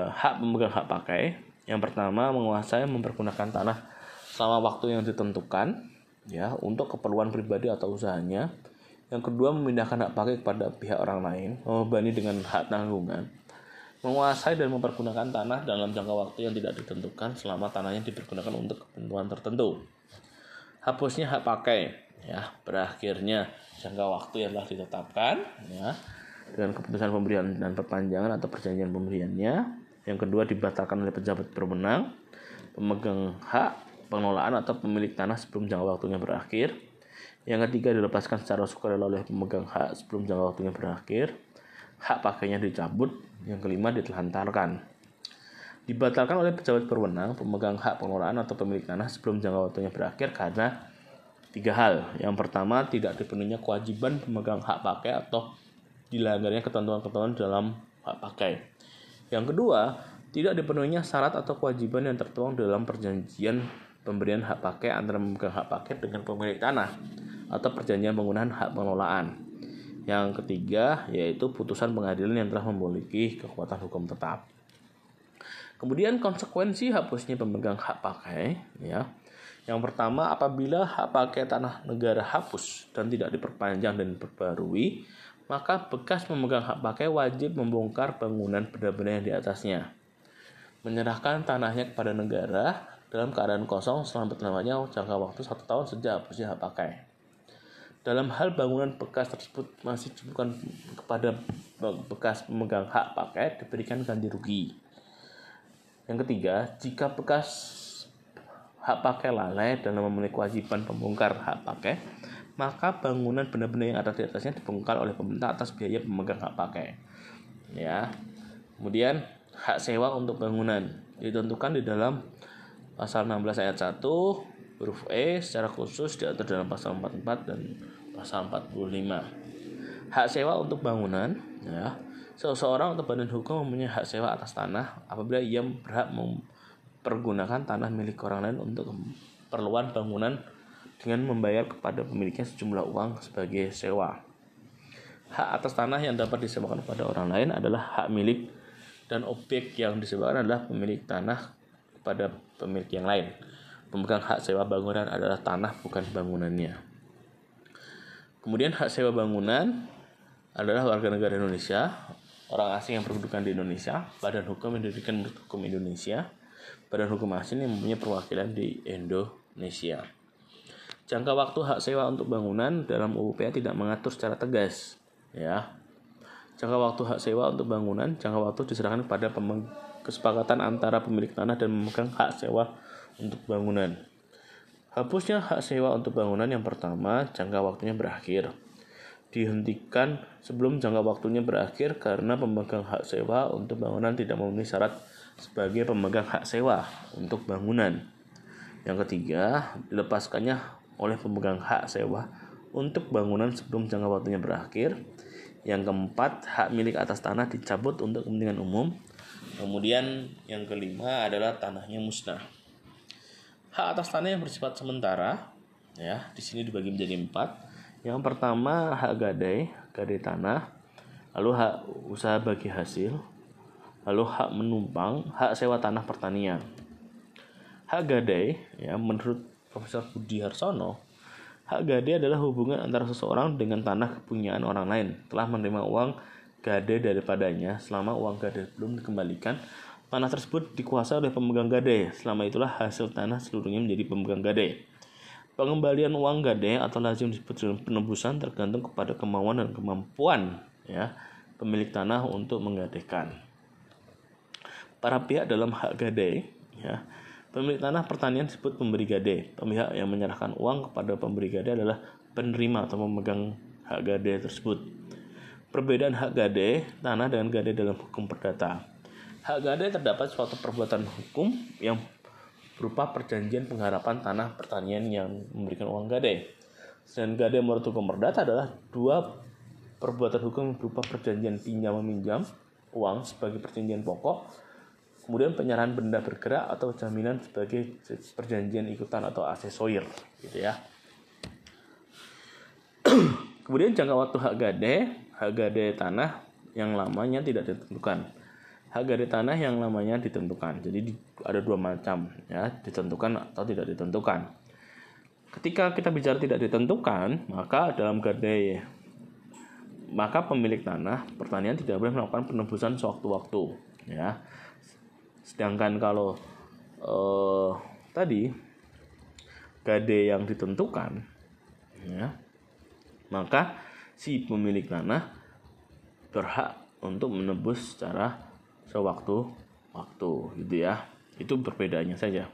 hak pakai yang pertama menguasai mempergunakan tanah selama waktu yang ditentukan ya untuk keperluan pribadi atau usahanya. Yang kedua memindahkan hak pakai kepada pihak orang lain, membebani dengan hak tanggungan. Menguasai dan mempergunakan tanah dalam jangka waktu yang tidak ditentukan selama tanahnya dipergunakan untuk ketentuan tertentu. Hapusnya hak pakai ya, berakhirnya jangka waktu yang telah ditetapkan ya dengan keputusan pemberian dan perpanjangan atau perjanjian pemberiannya. Yang kedua dibatalkan oleh pejabat berwenang, pemegang hak pengelolaan atau pemilik tanah sebelum jangka waktunya berakhir. Yang ketiga dilepaskan secara sukarela oleh pemegang hak sebelum jangka waktunya berakhir. Hak pakainya dicabut. Yang kelima ditelantarkan. Dibatalkan oleh pejabat berwenang, pemegang hak pengelolaan atau pemilik tanah sebelum jangka waktunya berakhir karena 3 hal. Yang pertama, tidak dipenuhinya kewajiban pemegang hak pakai atau dilanggarnya ketentuan-ketentuan dalam hak pakai. Yang kedua, tidak dipenuhinya syarat atau kewajiban yang tertuang dalam perjanjian pemberian hak pakai antara pemegang hak pakai dengan pemilik tanah atau perjanjian penggunaan hak pengelolaan. Yang ketiga, yaitu putusan pengadilan yang telah memiliki kekuatan hukum tetap. Kemudian konsekuensi hapusnya pemegang hak pakai ya. Yang pertama, apabila hak pakai tanah negara hapus dan tidak diperpanjang dan diperbarui, maka bekas pemegang hak pakai wajib membongkar bangunan benda-benda yang di atasnya, menyerahkan tanahnya kepada negara dalam keadaan kosong selama jangka waktu 1 tahun sejak hapusnya hak pakai. Dalam hal bangunan bekas tersebut masih bukan kepada bekas pemegang hak pakai, diberikan ganti rugi. Yang ketiga, jika bekas hak pakai lalai dalam memenuhi kewajiban pembongkar hak pakai, maka bangunan benda-benda yang ada di atasnya dibongkar oleh pemerintah atas biaya pemegang hak pakai. Ya. Kemudian hak sewa untuk bangunan ditentukan di dalam pasal 16 ayat 1 huruf E secara khusus diatur dalam pasal 44 dan pasal 45. Hak sewa untuk bangunan ya. Seseorang atau badan hukum mempunyai hak sewa atas tanah apabila ia berhak mempergunakan tanah milik orang lain untuk keperluan bangunan dengan membayar kepada pemiliknya sejumlah uang sebagai sewa. Hak atas tanah yang dapat disewakan kepada orang lain adalah hak milik dan objek yang disewakan adalah pemilik tanah kepada pemilik yang lain. Pemegang hak sewa bangunan adalah tanah bukan bangunannya. Kemudian hak sewa bangunan adalah warga negara Indonesia, orang asing yang berkedudukan di Indonesia, badan hukum yang didirikan menurut hukum Indonesia, badan hukum asing yang mempunyai perwakilan di Indonesia. Jangka waktu hak sewa untuk bangunan dalam UU PA tidak mengatur secara tegas, ya. Jangka waktu hak sewa untuk bangunan, jangka waktu diserahkan kepada kesepakatan antara pemilik tanah dan pemegang hak sewa untuk bangunan. Hapusnya hak sewa untuk bangunan yang pertama, jangka waktunya berakhir. Dihentikan sebelum jangka waktunya berakhir karena pemegang hak sewa untuk bangunan tidak memenuhi syarat sebagai pemegang hak sewa untuk bangunan. Yang ketiga, dilepaskannya oleh pemegang hak sewa untuk bangunan sebelum jangka waktunya berakhir. Yang keempat, hak milik atas tanah dicabut untuk kepentingan umum. Kemudian yang kelima adalah tanahnya musnah. Hak atas tanah yang bersifat sementara, ya, di sini dibagi menjadi 4. Yang pertama hak gadai tanah, lalu hak usaha bagi hasil, lalu hak menumpang, hak sewa tanah pertanian. Hak gadai, ya, menurut Profesor Budi Harsono, hak gadai adalah hubungan antara seseorang dengan tanah kepunyaan orang lain telah menerima uang gadai daripadanya. Selama uang gadai belum dikembalikan, tanah tersebut dikuasai oleh pemegang gadai. Selama itulah hasil tanah seluruhnya menjadi pemegang gadai. Pengembalian uang gadai atau lazim disebut dengan penebusan tergantung kepada kemauan dan kemampuan ya pemilik tanah untuk menggadaikan. Para pihak dalam hak gadai ya. Pemilik tanah pertanian disebut pemberi gadai. Pihak yang menyerahkan uang kepada pemberi gadai adalah penerima atau pemegang hak gadai tersebut. Perbedaan hak gadai tanah dengan gadai dalam hukum perdata. Hak gadai terdapat suatu perbuatan hukum yang berupa perjanjian pengharapan tanah pertanian yang memberikan uang gadai. Dan gadai menurut hukum perdata adalah 2 perbuatan hukum berupa perjanjian pinjam meminjam uang sebagai perjanjian pokok Kemudian penyerahan benda bergerak atau jaminan sebagai perjanjian ikutan atau asesoir, gitu ya. Kemudian jangka waktu hak gade tanah yang lamanya tidak ditentukan. Hak gade tanah yang lamanya ditentukan. Jadi ada dua macam, ya, ditentukan atau tidak ditentukan. Ketika kita bicara tidak ditentukan, maka dalam gade, maka pemilik tanah pertanian tidak boleh melakukan penebusan sewaktu-waktu, ya. Sedangkan kalau tadi gade yang ditentukan, ya, maka si pemilik tanah berhak untuk menebus secara sewaktu-waktu, gitu ya. Itu perbedaannya saja.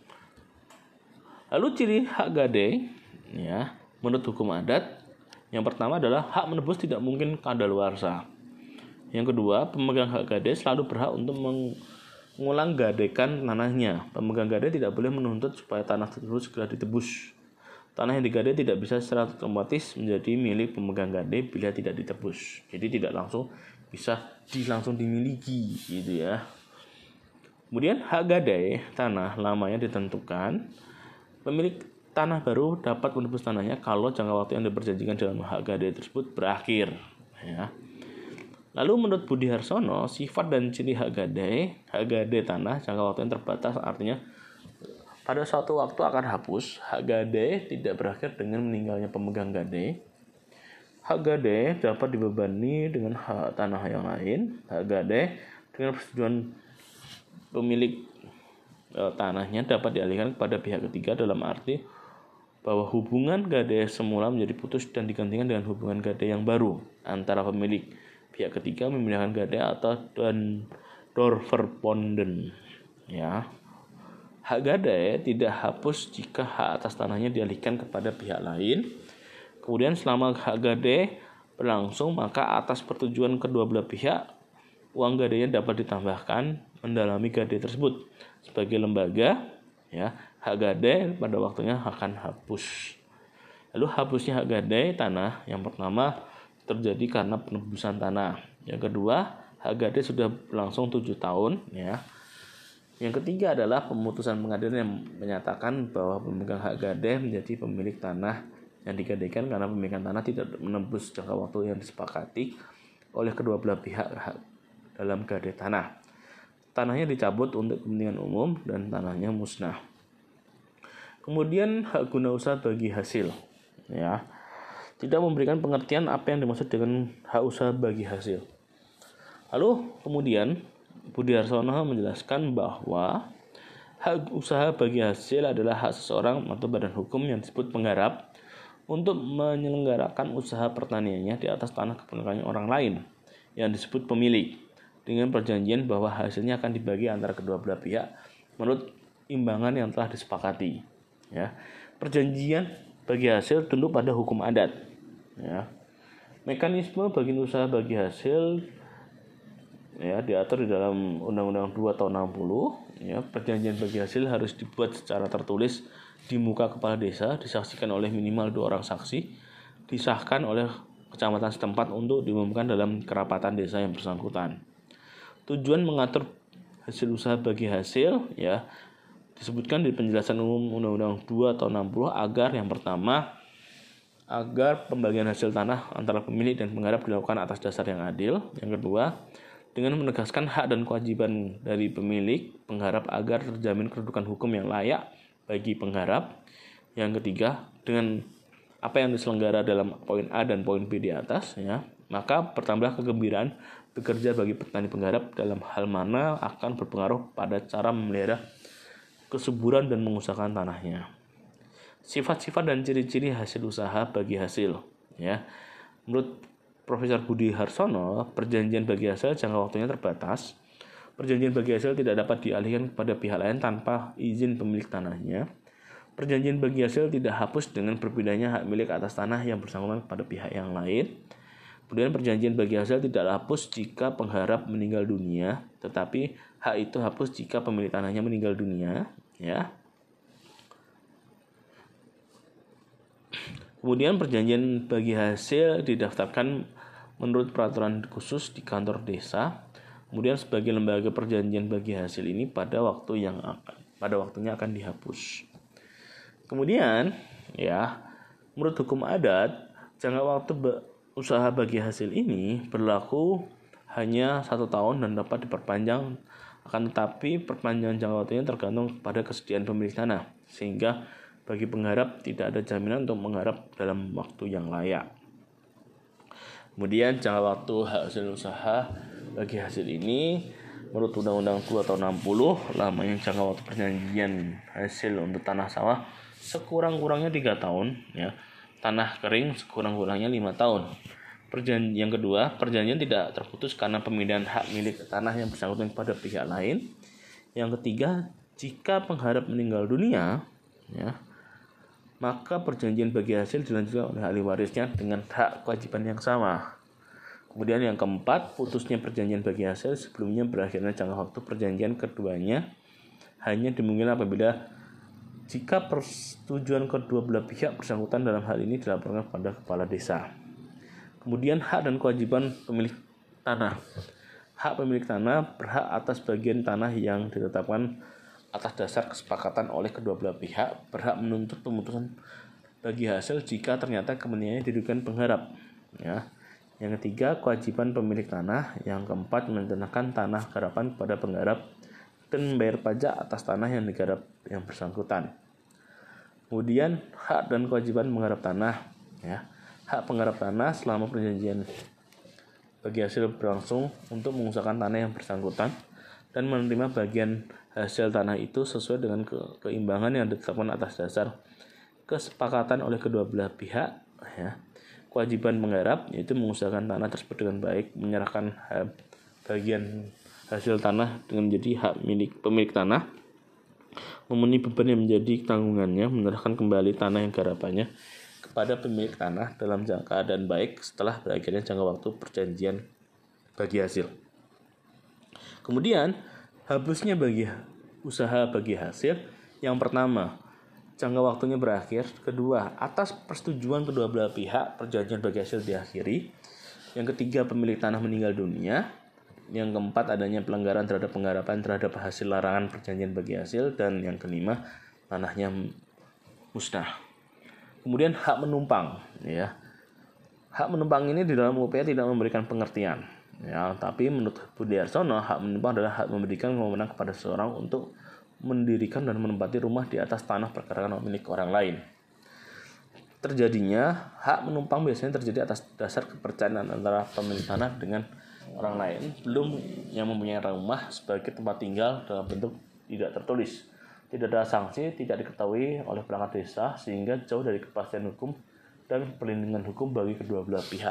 Lalu ciri hak gade, ya, menurut hukum adat, yang pertama adalah hak menebus tidak mungkin kadaluarsa. Yang kedua, pemegang hak gade selalu berhak untuk mengulang gadekan tanahnya. Pemegang gade tidak boleh menuntut supaya tanah tersebut segera ditebus. Tanah yang digade tidak bisa secara otomatis menjadi milik pemegang gade bila tidak ditebus. Jadi tidak langsung bisa langsung dimiliki, gitu ya. Kemudian hak gade tanah lamanya ditentukan. Pemilik tanah baru dapat menebus tanahnya kalau jangka waktu yang diperjanjikan dalam hak gade tersebut berakhir, ya. Lalu menurut Budi Harsono, sifat dan ciri hak gade tanah jangka waktu yang terbatas, artinya pada suatu waktu akan hapus. Hak gade tidak berakhir dengan meninggalnya pemegang gade. Hak gade dapat dibebani dengan hak tanah yang lain. Hak gade dengan persetujuan pemilik tanahnya dapat dialihkan kepada pihak ketiga, dalam arti bahwa hubungan gade semula menjadi putus dan digantikan dengan hubungan gade yang baru antara pemilik pihak ketiga memilihkan gade atau Dorverponden, ya. Hak gade tidak hapus jika hak atas tanahnya dialihkan kepada pihak lain. Kemudian selama hak gade berlangsung, maka atas persetujuan kedua belah pihak, uang gadenya dapat ditambahkan mendalami gade tersebut. Sebagai lembaga, ya, hak gade pada waktunya akan hapus. Lalu hapusnya hak gade tanah yang pertama terjadi karena penebusan tanah. Yang kedua, hak gade sudah berlangsung 7 tahun, ya. Yang ketiga adalah pemutusan pengadilan yang menyatakan bahwa pemegang hak gade menjadi pemilik tanah yang digadekan karena pemilikan tanah tidak menembus jangka waktu yang disepakati oleh kedua belah pihak dalam gade tanah. Tanahnya dicabut untuk kepentingan umum dan tanahnya musnah. Kemudian hak guna usaha bagi hasil, ya. Tidak memberikan pengertian apa yang dimaksud dengan hak usaha bagi hasil. Lalu kemudian Budi Harsono menjelaskan bahwa hak usaha bagi hasil adalah hak seseorang atau badan hukum yang disebut penggarap untuk menyelenggarakan usaha pertaniannya di atas tanah kepemilikan orang lain yang disebut pemilik, dengan perjanjian bahwa hasilnya akan dibagi antara kedua belah pihak menurut imbangan yang telah disepakati, ya. Perjanjian bagi hasil tunduk pada hukum adat, ya. Mekanisme bagi usaha bagi hasil, ya, diatur di dalam Undang-Undang 2 tahun 60, ya. Perjanjian bagi hasil harus dibuat secara tertulis di muka kepala desa, disaksikan oleh minimal 2 orang saksi, disahkan oleh kecamatan setempat untuk diumumkan dalam kerapatan desa yang bersangkutan. Tujuan mengatur hasil usaha bagi hasil, ya, disebutkan di penjelasan umum Undang-Undang 2 tahun 60 agar yang pertama, agar pembagian hasil tanah antara pemilik dan penggarap dilakukan atas dasar yang adil. Yang kedua, dengan menegaskan hak dan kewajiban dari pemilik penggarap agar terjamin kedudukan hukum yang layak bagi penggarap. Yang ketiga, dengan apa yang diselenggara dalam poin A dan poin B di atas, ya, maka bertambah kegembiraan bekerja bagi petani penggarap dalam hal mana akan berpengaruh pada cara memelihara kesuburan dan mengusahakan tanahnya. Sifat-sifat dan ciri-ciri hasil usaha bagi hasil, ya. Menurut Profesor Budi Harsono, perjanjian bagi hasil jangka waktunya terbatas. Perjanjian bagi hasil tidak dapat dialihkan kepada pihak lain tanpa izin pemilik tanahnya. Perjanjian bagi hasil tidak hapus dengan berpindahnya hak milik atas tanah yang bersangkutan kepada pihak yang lain. Kemudian perjanjian bagi hasil tidak hapus jika penggarap meninggal dunia, tetapi hak itu hapus jika pemilik tanahnya meninggal dunia, ya. Kemudian perjanjian bagi hasil didaftarkan menurut peraturan khusus di kantor desa. Kemudian sebagai lembaga perjanjian bagi hasil ini pada waktunya akan dihapus. Kemudian ya, menurut hukum adat, jangka waktu usaha bagi hasil ini berlaku hanya 1 tahun dan dapat diperpanjang, akan tetapi perpanjangan jangka waktunya tergantung pada kesediaan pemilik tanah, sehingga bagi penggarap tidak ada jaminan untuk menggarap dalam waktu yang layak. Kemudian jangka waktu hasil usaha bagi hasil ini menurut Undang-Undang 2 tahun 60, lamanya jangka waktu perjanjian hasil untuk tanah sawah sekurang-kurangnya 3 tahun ya. Tanah kering sekurang-kurangnya 5 tahun. Yang kedua, perjanjian tidak terputus karena pemindahan hak milik tanah yang bersangkutan kepada pihak lain. Yang ketiga, jika pengharap meninggal dunia ya, maka perjanjian bagi hasil dilanjutkan oleh ahli warisnya dengan hak kewajiban yang sama. Kemudian yang keempat, putusnya perjanjian bagi hasil sebelumnya berakhirnya jangka waktu perjanjian keduanya hanya dimungkinkan apabila jika persetujuan kedua belah pihak bersangkutan dalam hal ini dilaporkan kepada kepala desa. Kemudian hak dan kewajiban pemilik tanah. Hak pemilik tanah berhak atas bagian tanah yang ditetapkan atas dasar kesepakatan oleh kedua belah pihak, berhak menuntut pemutusan bagi hasil jika ternyata kepentingannya dirugikan pengharap. Ya. Yang ketiga, kewajiban pemilik tanah. Yang keempat, menandakan tanah garapan kepada penggarap dan membayar pajak atas tanah yang digarap yang bersangkutan. Kemudian hak dan kewajiban penggarap tanah ya. Hak penggarap tanah selama perjanjian bagi hasil berlangsung untuk mengusahakan tanah yang bersangkutan dan menerima bagian hasil tanah itu sesuai dengan keimbangan yang ditetapkan atas dasar kesepakatan oleh kedua belah pihak ya. Kewajiban penggarap yaitu mengusahakan tanah tersebut dengan baik, menyerahkan bagian hasil tanah dengan menjadi hak milik pemilik tanah, memenuhi beban yang menjadi tanggungannya, menyerahkan kembali tanah yang garapannya kepada pemilik tanah dalam keadaan baik setelah berakhirnya jangka waktu perjanjian bagi hasil. Kemudian hapusnya bagi usaha bagi hasil. Yang pertama, jangka waktunya berakhir. Kedua, atas persetujuan kedua belah pihak perjanjian bagi hasil diakhiri. Yang ketiga, pemilik tanah meninggal dunia. Yang keempat, adanya pelanggaran terhadap penggarapan terhadap hasil larangan perjanjian bagi hasil. Dan yang kelima, tanahnya musnah. Kemudian hak menumpang ya. Hak menumpang ini di dalam UPH tidak memberikan pengertian ya, tapi menurut Budiarsono, hak menumpang adalah hak memberikan wewenang kepada seseorang untuk mendirikan dan menempati rumah di atas tanah perkarangan milik orang lain. Terjadinya hak menumpang biasanya terjadi atas dasar kepercayaan antara pemilik tanah dengan orang lain, belum yang mempunyai rumah sebagai tempat tinggal dalam bentuk tidak tertulis. Tidak ada sanksi, tidak diketahui oleh perangkat desa, sehingga jauh dari kepastian hukum dan perlindungan hukum bagi kedua belah pihak.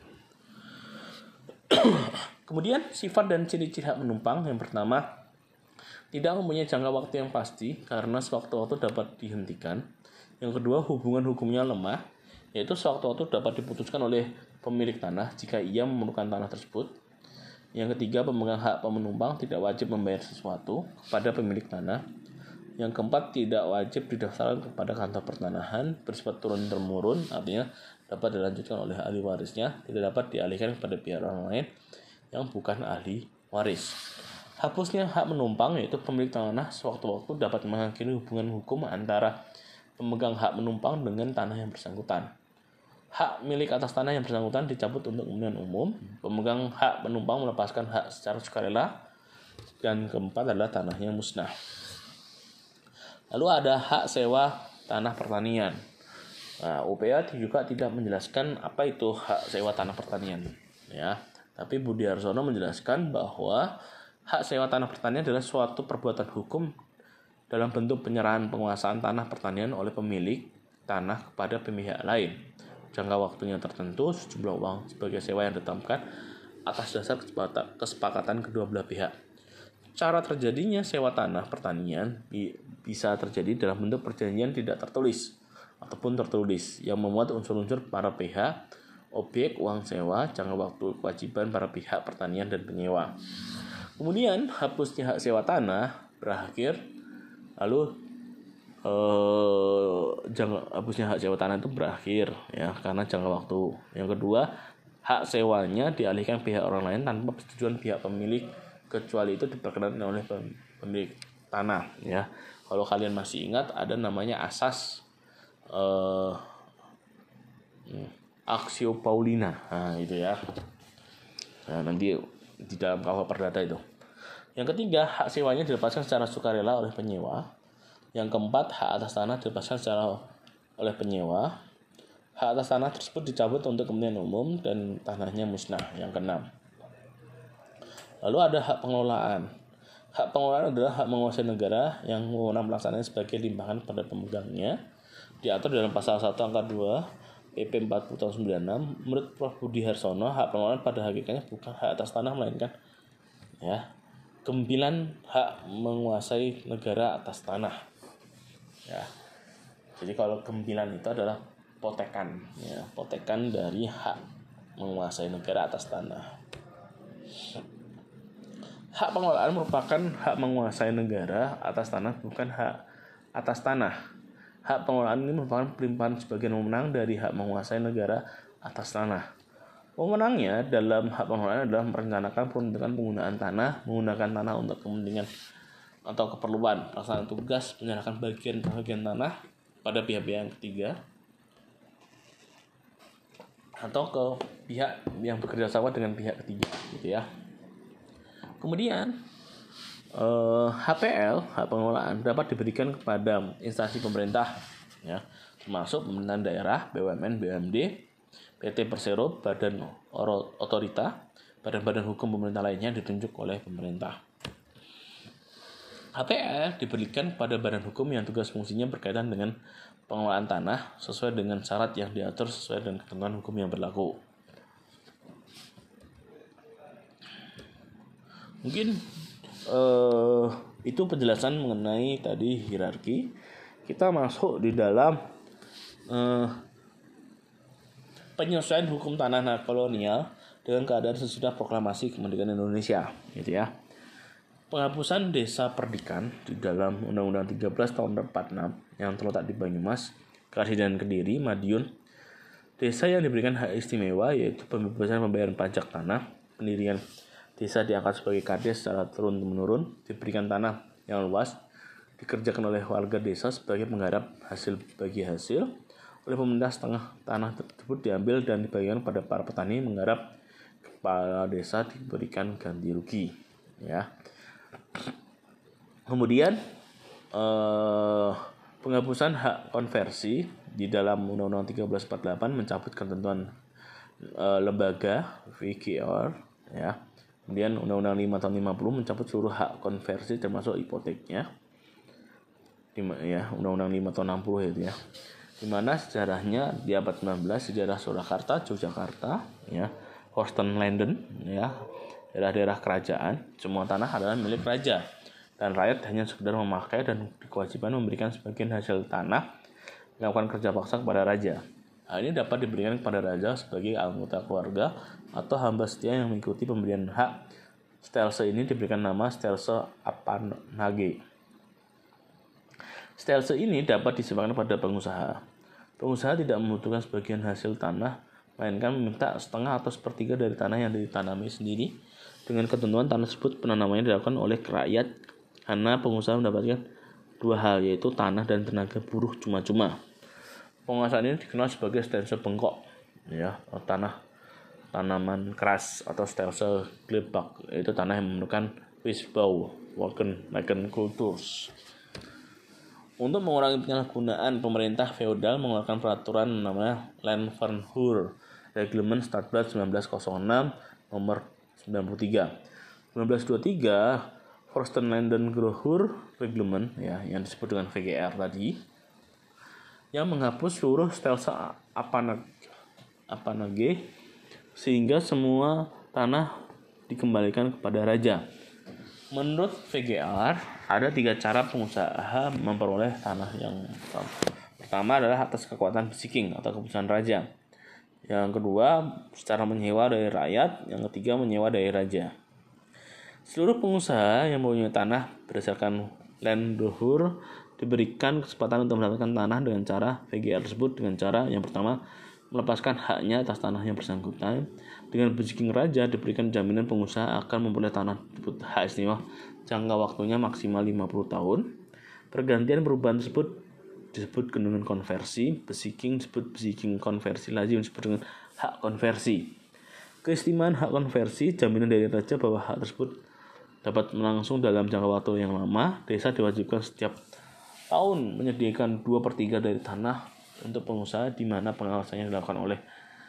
Kemudian sifat dan ciri-ciri hak menumpang. Yang pertama, tidak mempunyai jangka waktu yang pasti karena sewaktu-waktu dapat dihentikan. Yang kedua, hubungan hukumnya lemah, yaitu sewaktu-waktu dapat diputuskan oleh pemilik tanah jika ia memerlukan tanah tersebut. Yang ketiga, pemegang hak penumpang tidak wajib membayar sesuatu kepada pemilik tanah. Yang keempat, tidak wajib didaftarkan kepada kantor pertanahan, bersifat turun-temurun, artinya dapat dilanjutkan oleh ahli warisnya, tidak dapat dialihkan kepada pihak orang lain yang bukan ahli waris. Hapusnya hak menumpang, yaitu pemilik tanah sewaktu-waktu dapat mengakhiri hubungan hukum antara pemegang hak menumpang dengan tanah yang bersangkutan. Hak milik atas tanah yang bersangkutan dicabut untuk kepentingan umum. Pemegang hak penumpang melepaskan hak secara sukarela. Dan keempat adalah tanahnya musnah. Lalu ada hak sewa tanah pertanian. Nah, UPH juga tidak menjelaskan apa itu hak sewa tanah pertanian, ya. Tapi Budiarsono menjelaskan bahwa hak sewa tanah pertanian adalah suatu perbuatan hukum dalam bentuk penyerahan penguasaan tanah pertanian oleh pemilik tanah kepada pihak lain. Jangka waktunya tertentu, sejumlah uang sebagai sewa yang ditetapkan atas dasar kesepakatan kedua belah pihak. Cara terjadinya sewa tanah pertanian bisa terjadi dalam bentuk perjanjian tidak tertulis ataupun tertulis yang memuat unsur-unsur para pihak, objek, uang sewa, jangka waktu, kewajiban para pihak pertanian dan penyewa. Kemudian hapusnya hak sewa tanah berakhir, lalu hapusnya hak sewa tanah itu berakhir ya karena jangka waktu. Yang kedua, hak sewanya dialihkan pihak orang lain tanpa persetujuan pihak pemilik kecuali itu diperkenankan oleh pemilik tanah ya. Kalau kalian masih ingat ada namanya asas Axio Paulina. Nah, itu ya. Nah, nanti di dalam KUH Perdata itu. Yang ketiga, hak sewanya dilepaskan secara sukarela oleh penyewa. Yang keempat, hak atas tanah dilepaskan secara oleh penyewa. Hak atas tanah tersebut dicabut untuk kepentingan umum dan tanahnya musnah. Yang keenam. Lalu ada hak pengelolaan. Hak pengelolaan adalah hak menguasai negara yang mewenang pelaksanaan sebagai limpahan pada pemegangnya. Diatur dalam pasal 1 angka 2 PP 40 tahun 96. Menurut Prof. Budi Harsono, hak pengelolaan pada hakikatnya bukan hak atas tanah melainkan kemimpinan hak menguasai negara atas tanah. Ya. Jadi kalau kemimpinan itu adalah potekan, potekan dari hak menguasai negara atas tanah. Hak pengelolaan merupakan hak menguasai negara atas tanah, bukan hak atas tanah. Hak pengelolaan ini merupakan pelimpahan sebagian wewenang dari hak menguasai negara atas tanah. Wewenangnya dalam hak pengelolaan adalah merencanakan peruntukan penggunaan tanah, menggunakan tanah untuk kepentingan atau keperluan pelaksanaan tugas, menyerahkan bagian tanah pada pihak-pihak yang ketiga atau ke pihak yang bekerja sama dengan pihak ketiga, gitu ya. Kemudian HPL, hak pengelolaan, dapat diberikan kepada instansi pemerintah, ya, termasuk pemerintahan daerah, BUMN, BUMD, PT Persero, badan otorita, badan-badan hukum pemerintah lainnya ditunjuk oleh pemerintah. HPL diberikan pada badan hukum yang tugas fungsinya berkaitan dengan pengelolaan tanah sesuai dengan syarat yang diatur sesuai dengan ketentuan hukum yang berlaku. Mungkin itu penjelasan mengenai tadi hierarki. Kita masuk di dalam penyesuaian hukum tanah kolonial dengan keadaan sesudah proklamasi kemerdekaan Indonesia, gitu ya. Penghapusan desa perdikan di dalam Undang-Undang 13 tahun 46 yang terletak di Banyumas, Kars dan Kediri, Madiun. Desa yang diberikan hak istimewa yaitu pembebasan pembayaran pajak tanah, pendirian desa diangkat sebagai kades secara turun-menurun, diberikan tanah yang luas, dikerjakan oleh warga desa sebagai penggarap hasil bagi hasil. Oleh pemerintah setengah tanah tersebut diambil dan dibagikan pada para petani menggarap. Kepala desa diberikan ganti rugi, ya. Kemudian penghapusan hak konversi di dalam Undang-Undang 1348 mencabut ketentuan lembaga VGR, ya. Kemudian Undang-Undang 5 tahun 50 mencabut seluruh hak konversi termasuk hipoteknya. Ya, Undang-Undang 5 tahun 60 itu ya. Di mana sejarahnya di abad 19 sejarah Surakarta, Yogyakarta, ya, Horstenlanden, ya, daerah-daerah kerajaan, semua tanah adalah milik raja dan rakyat hanya sekedar memakai dan kewajiban memberikan sebagian hasil tanah melakukan kerja paksa kepada raja. Hal ini dapat diberikan kepada raja sebagai anggota keluarga atau hamba setia yang mengikuti pemberian hak. Stelse ini diberikan nama stelse apanage. Stelse ini dapat disebarkan pada pengusaha. Pengusaha tidak membutuhkan sebagian hasil tanah, melainkan meminta setengah atau sepertiga dari tanah yang ditanami sendiri. Dengan ketentuan tanah tersebut penanamannya dilakukan oleh rakyat karena pengusaha mendapatkan dua hal, yaitu tanah dan tenaga buruh cuma-cuma. Penguasaan ini dikenal sebagai stelse bengkok, ya, tanaman keras atau stelse glebak, yaitu tanah yang memerlukan Wiesbau, Kulturs. Untuk mengurangi penyalahgunaan, pemerintah feodal mengeluarkan peraturan namanya Landverhuur Reglement Stadblad 1906 nomor 93. 1923 Forstenlanden Grohuur Reglement, ya, yang disebut dengan VGR tadi, yang menghapus seluruh stelse apanage sehingga semua tanah dikembalikan kepada raja. Menurut VGR, ada 3 cara pengusaha memperoleh tanah yang pertama adalah atas kekuatan besiking atau keputusan raja. Yang kedua, secara menyewa dari rakyat. Yang ketiga, menyewa dari raja. Seluruh pengusaha yang mempunyai tanah berdasarkan Landverhuur diberikan kesempatan untuk mendapatkan tanah dengan cara VGR tersebut dengan cara yang pertama, melepaskan haknya atas tanah yang bersangkutan. Dengan bejing raja diberikan jaminan pengusaha akan memperoleh tanah hak istimewa jangka waktunya maksimal 50 tahun. Pergantian perubahan tersebut disebut dengan konversi. Besiking disebut besiking, konversi lazim disebut dengan hak konversi. Keistimewaan hak konversi, jaminan dari raja bahwa hak tersebut dapat berlangsung dalam jangka waktu yang lama. Desa diwajibkan setiap tahun menyediakan 2/3 dari tanah untuk pengusaha, di mana pengawasannya dilakukan oleh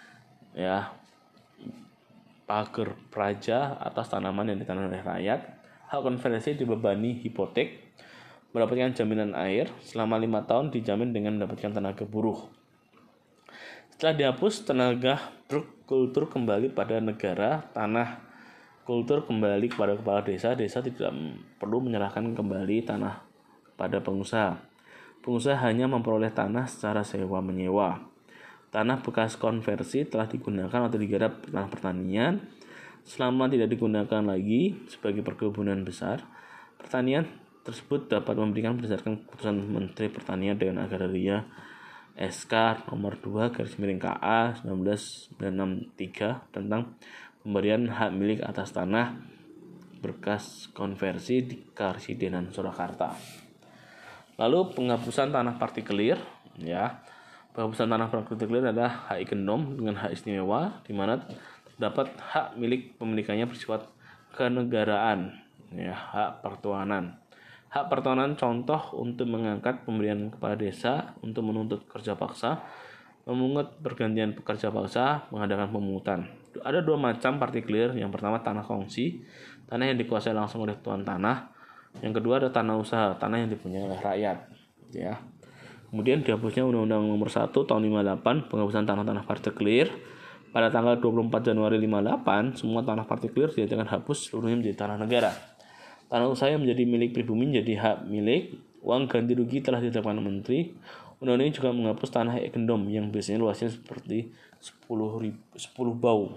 pager praja atas tanaman yang ditanam oleh rakyat. Hak konversi dibebani hipotek, mendapatkan jaminan air selama 5 tahun, dijamin dengan mendapatkan tenaga buruh. Setelah dihapus tenaga kultur kembali pada negara, tanah kultur kembali kepada kepala desa. Desa tidak perlu menyerahkan kembali tanah pada pengusaha. Pengusaha hanya memperoleh tanah secara sewa-menyewa. Tanah bekas konversi telah digunakan atau digarap tanah pertanian. Selama tidak digunakan lagi sebagai perkebunan besar, pertanian tersebut dapat memberikan berdasarkan keputusan Menteri Pertanian dengan Agraria SK nomor 2/KA 1963 tentang pemberian hak milik atas tanah bekas konversi di Karsidenan Surakarta. Lalu penghapusan tanah partikelir, penghapusan tanah partikelir adalah hak gendom dengan hak istimewa, di mana terdapat hak milik pemilikannya bersifat kenegaraan, hak pertuanan. Hak pertuanan contoh untuk mengangkat pemberian kepala desa, untuk menuntut kerja paksa, memungut pergantian pekerja paksa, mengadakan pemungutan. Ada 2 macam partikelir. Yang pertama tanah kongsi, tanah yang dikuasai langsung oleh tuan tanah. Yang kedua ada tanah usaha, tanah yang dipunyai oleh rakyat. Kemudian dihapusnya Undang-Undang Nomor 1 Tahun 58 penghapusan tanah-tanah partikelir. Pada tanggal 24 Januari 58, semua tanah partikelir dinyatakan hapus, seluruhnya menjadi tanah negara. Tanah usaha yang menjadi milik pribumi menjadi hak milik. Uang ganti rugi telah ditetapkan menteri. Undang-undang ini juga menghapus tanah gendom yang biasanya luasnya seperti 10 bau,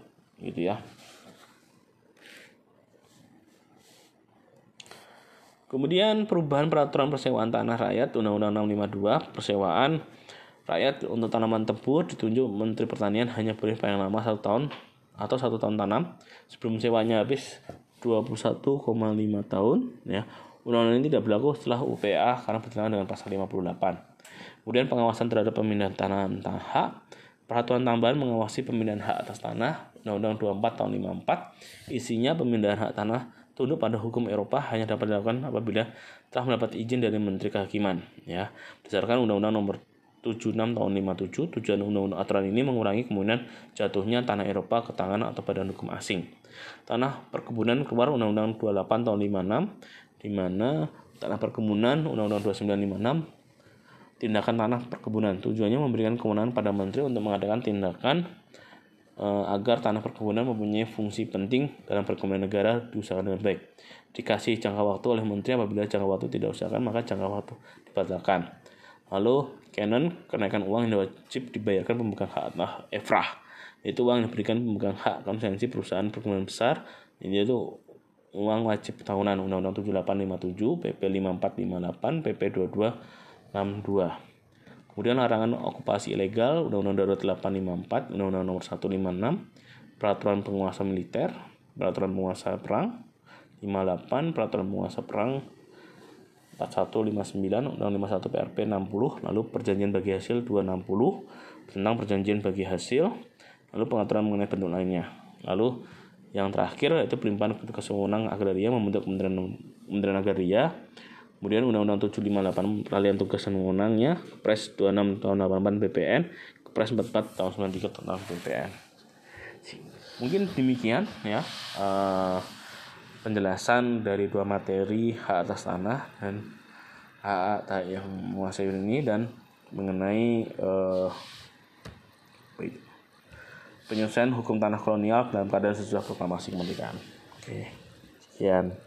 Kemudian perubahan peraturan persewaan tanah rakyat, Undang-Undang 652, persewaan rakyat untuk tanaman tebu ditunjuk Menteri Pertanian hanya boleh paling lama 1 tahun atau 1 tahun tanam sebelum sewanya habis 21,5 tahun. Undang-undang ini tidak berlaku setelah UPA karena bertentangan dengan pasal 58. Kemudian pengawasan terhadap pemindahan tanah hak, peraturan tambahan mengawasi pemindahan hak atas tanah, Undang-Undang 24 tahun 54, isinya pemindahan hak tanah tunduk pada hukum Eropa hanya dapat dilakukan apabila telah mendapat izin dari Menteri Kehakiman. Berdasarkan Undang-Undang Nomor 76 tahun 57, tujuan undang-undang aturan ini mengurangi kemungkinan jatuhnya tanah Eropa ke tangan atau badan hukum asing. Tanah perkebunan keluar Undang-Undang 28 tahun 56, di mana tanah perkebunan Undang-Undang 29 56 tindakan tanah perkebunan. Tujuannya memberikan kewenangan pada menteri untuk mengadakan tindakan agar tanah perkebunan mempunyai fungsi penting dalam perekonomian negara diusahakan dengan baik. Dikasih jangka waktu oleh menteri, apabila jangka waktu tidak diusahakan maka jangka waktu dibatalkan. Lalu kenaikan uang yang wajib dibayarkan pemegang hak tanah EFRAH, yaitu uang yang diberikan pemegang hak konsensi perusahaan perkebunan besar, yaitu uang wajib tahunan, Undang-Undang 7857, PP 5458, PP 2262. Kemudian larangan okupasi ilegal, Undang-Undang Darurat 854, Undang-Undang Nomor 156, Peraturan Penguasa Militer, Peraturan Penguasa Perang 58, Peraturan Penguasa Perang 4159, Undang-Undang 51 PRP 60, lalu Perjanjian Bagi Hasil 260 tentang perjanjian bagi hasil, lalu pengaturan mengenai bentuk lainnya. Lalu yang terakhir yaitu pelimpahan tugas wewenang agraria membentuk Kementerian Agraria. Kemudian Undang-Undang 758 peralihan tugas dan wewenangnya, Kepres 26 tahun 88 BPN, Kepres 44 tahun 93 tentang BPN. Mungkin demikian penjelasan dari 2 materi hak atas tanah dan hak yang menguasai ini, dan mengenai penyelesaian hukum tanah kolonial dalam keadaan sesudah proklamasi kemerdekaan. Oke, sekian.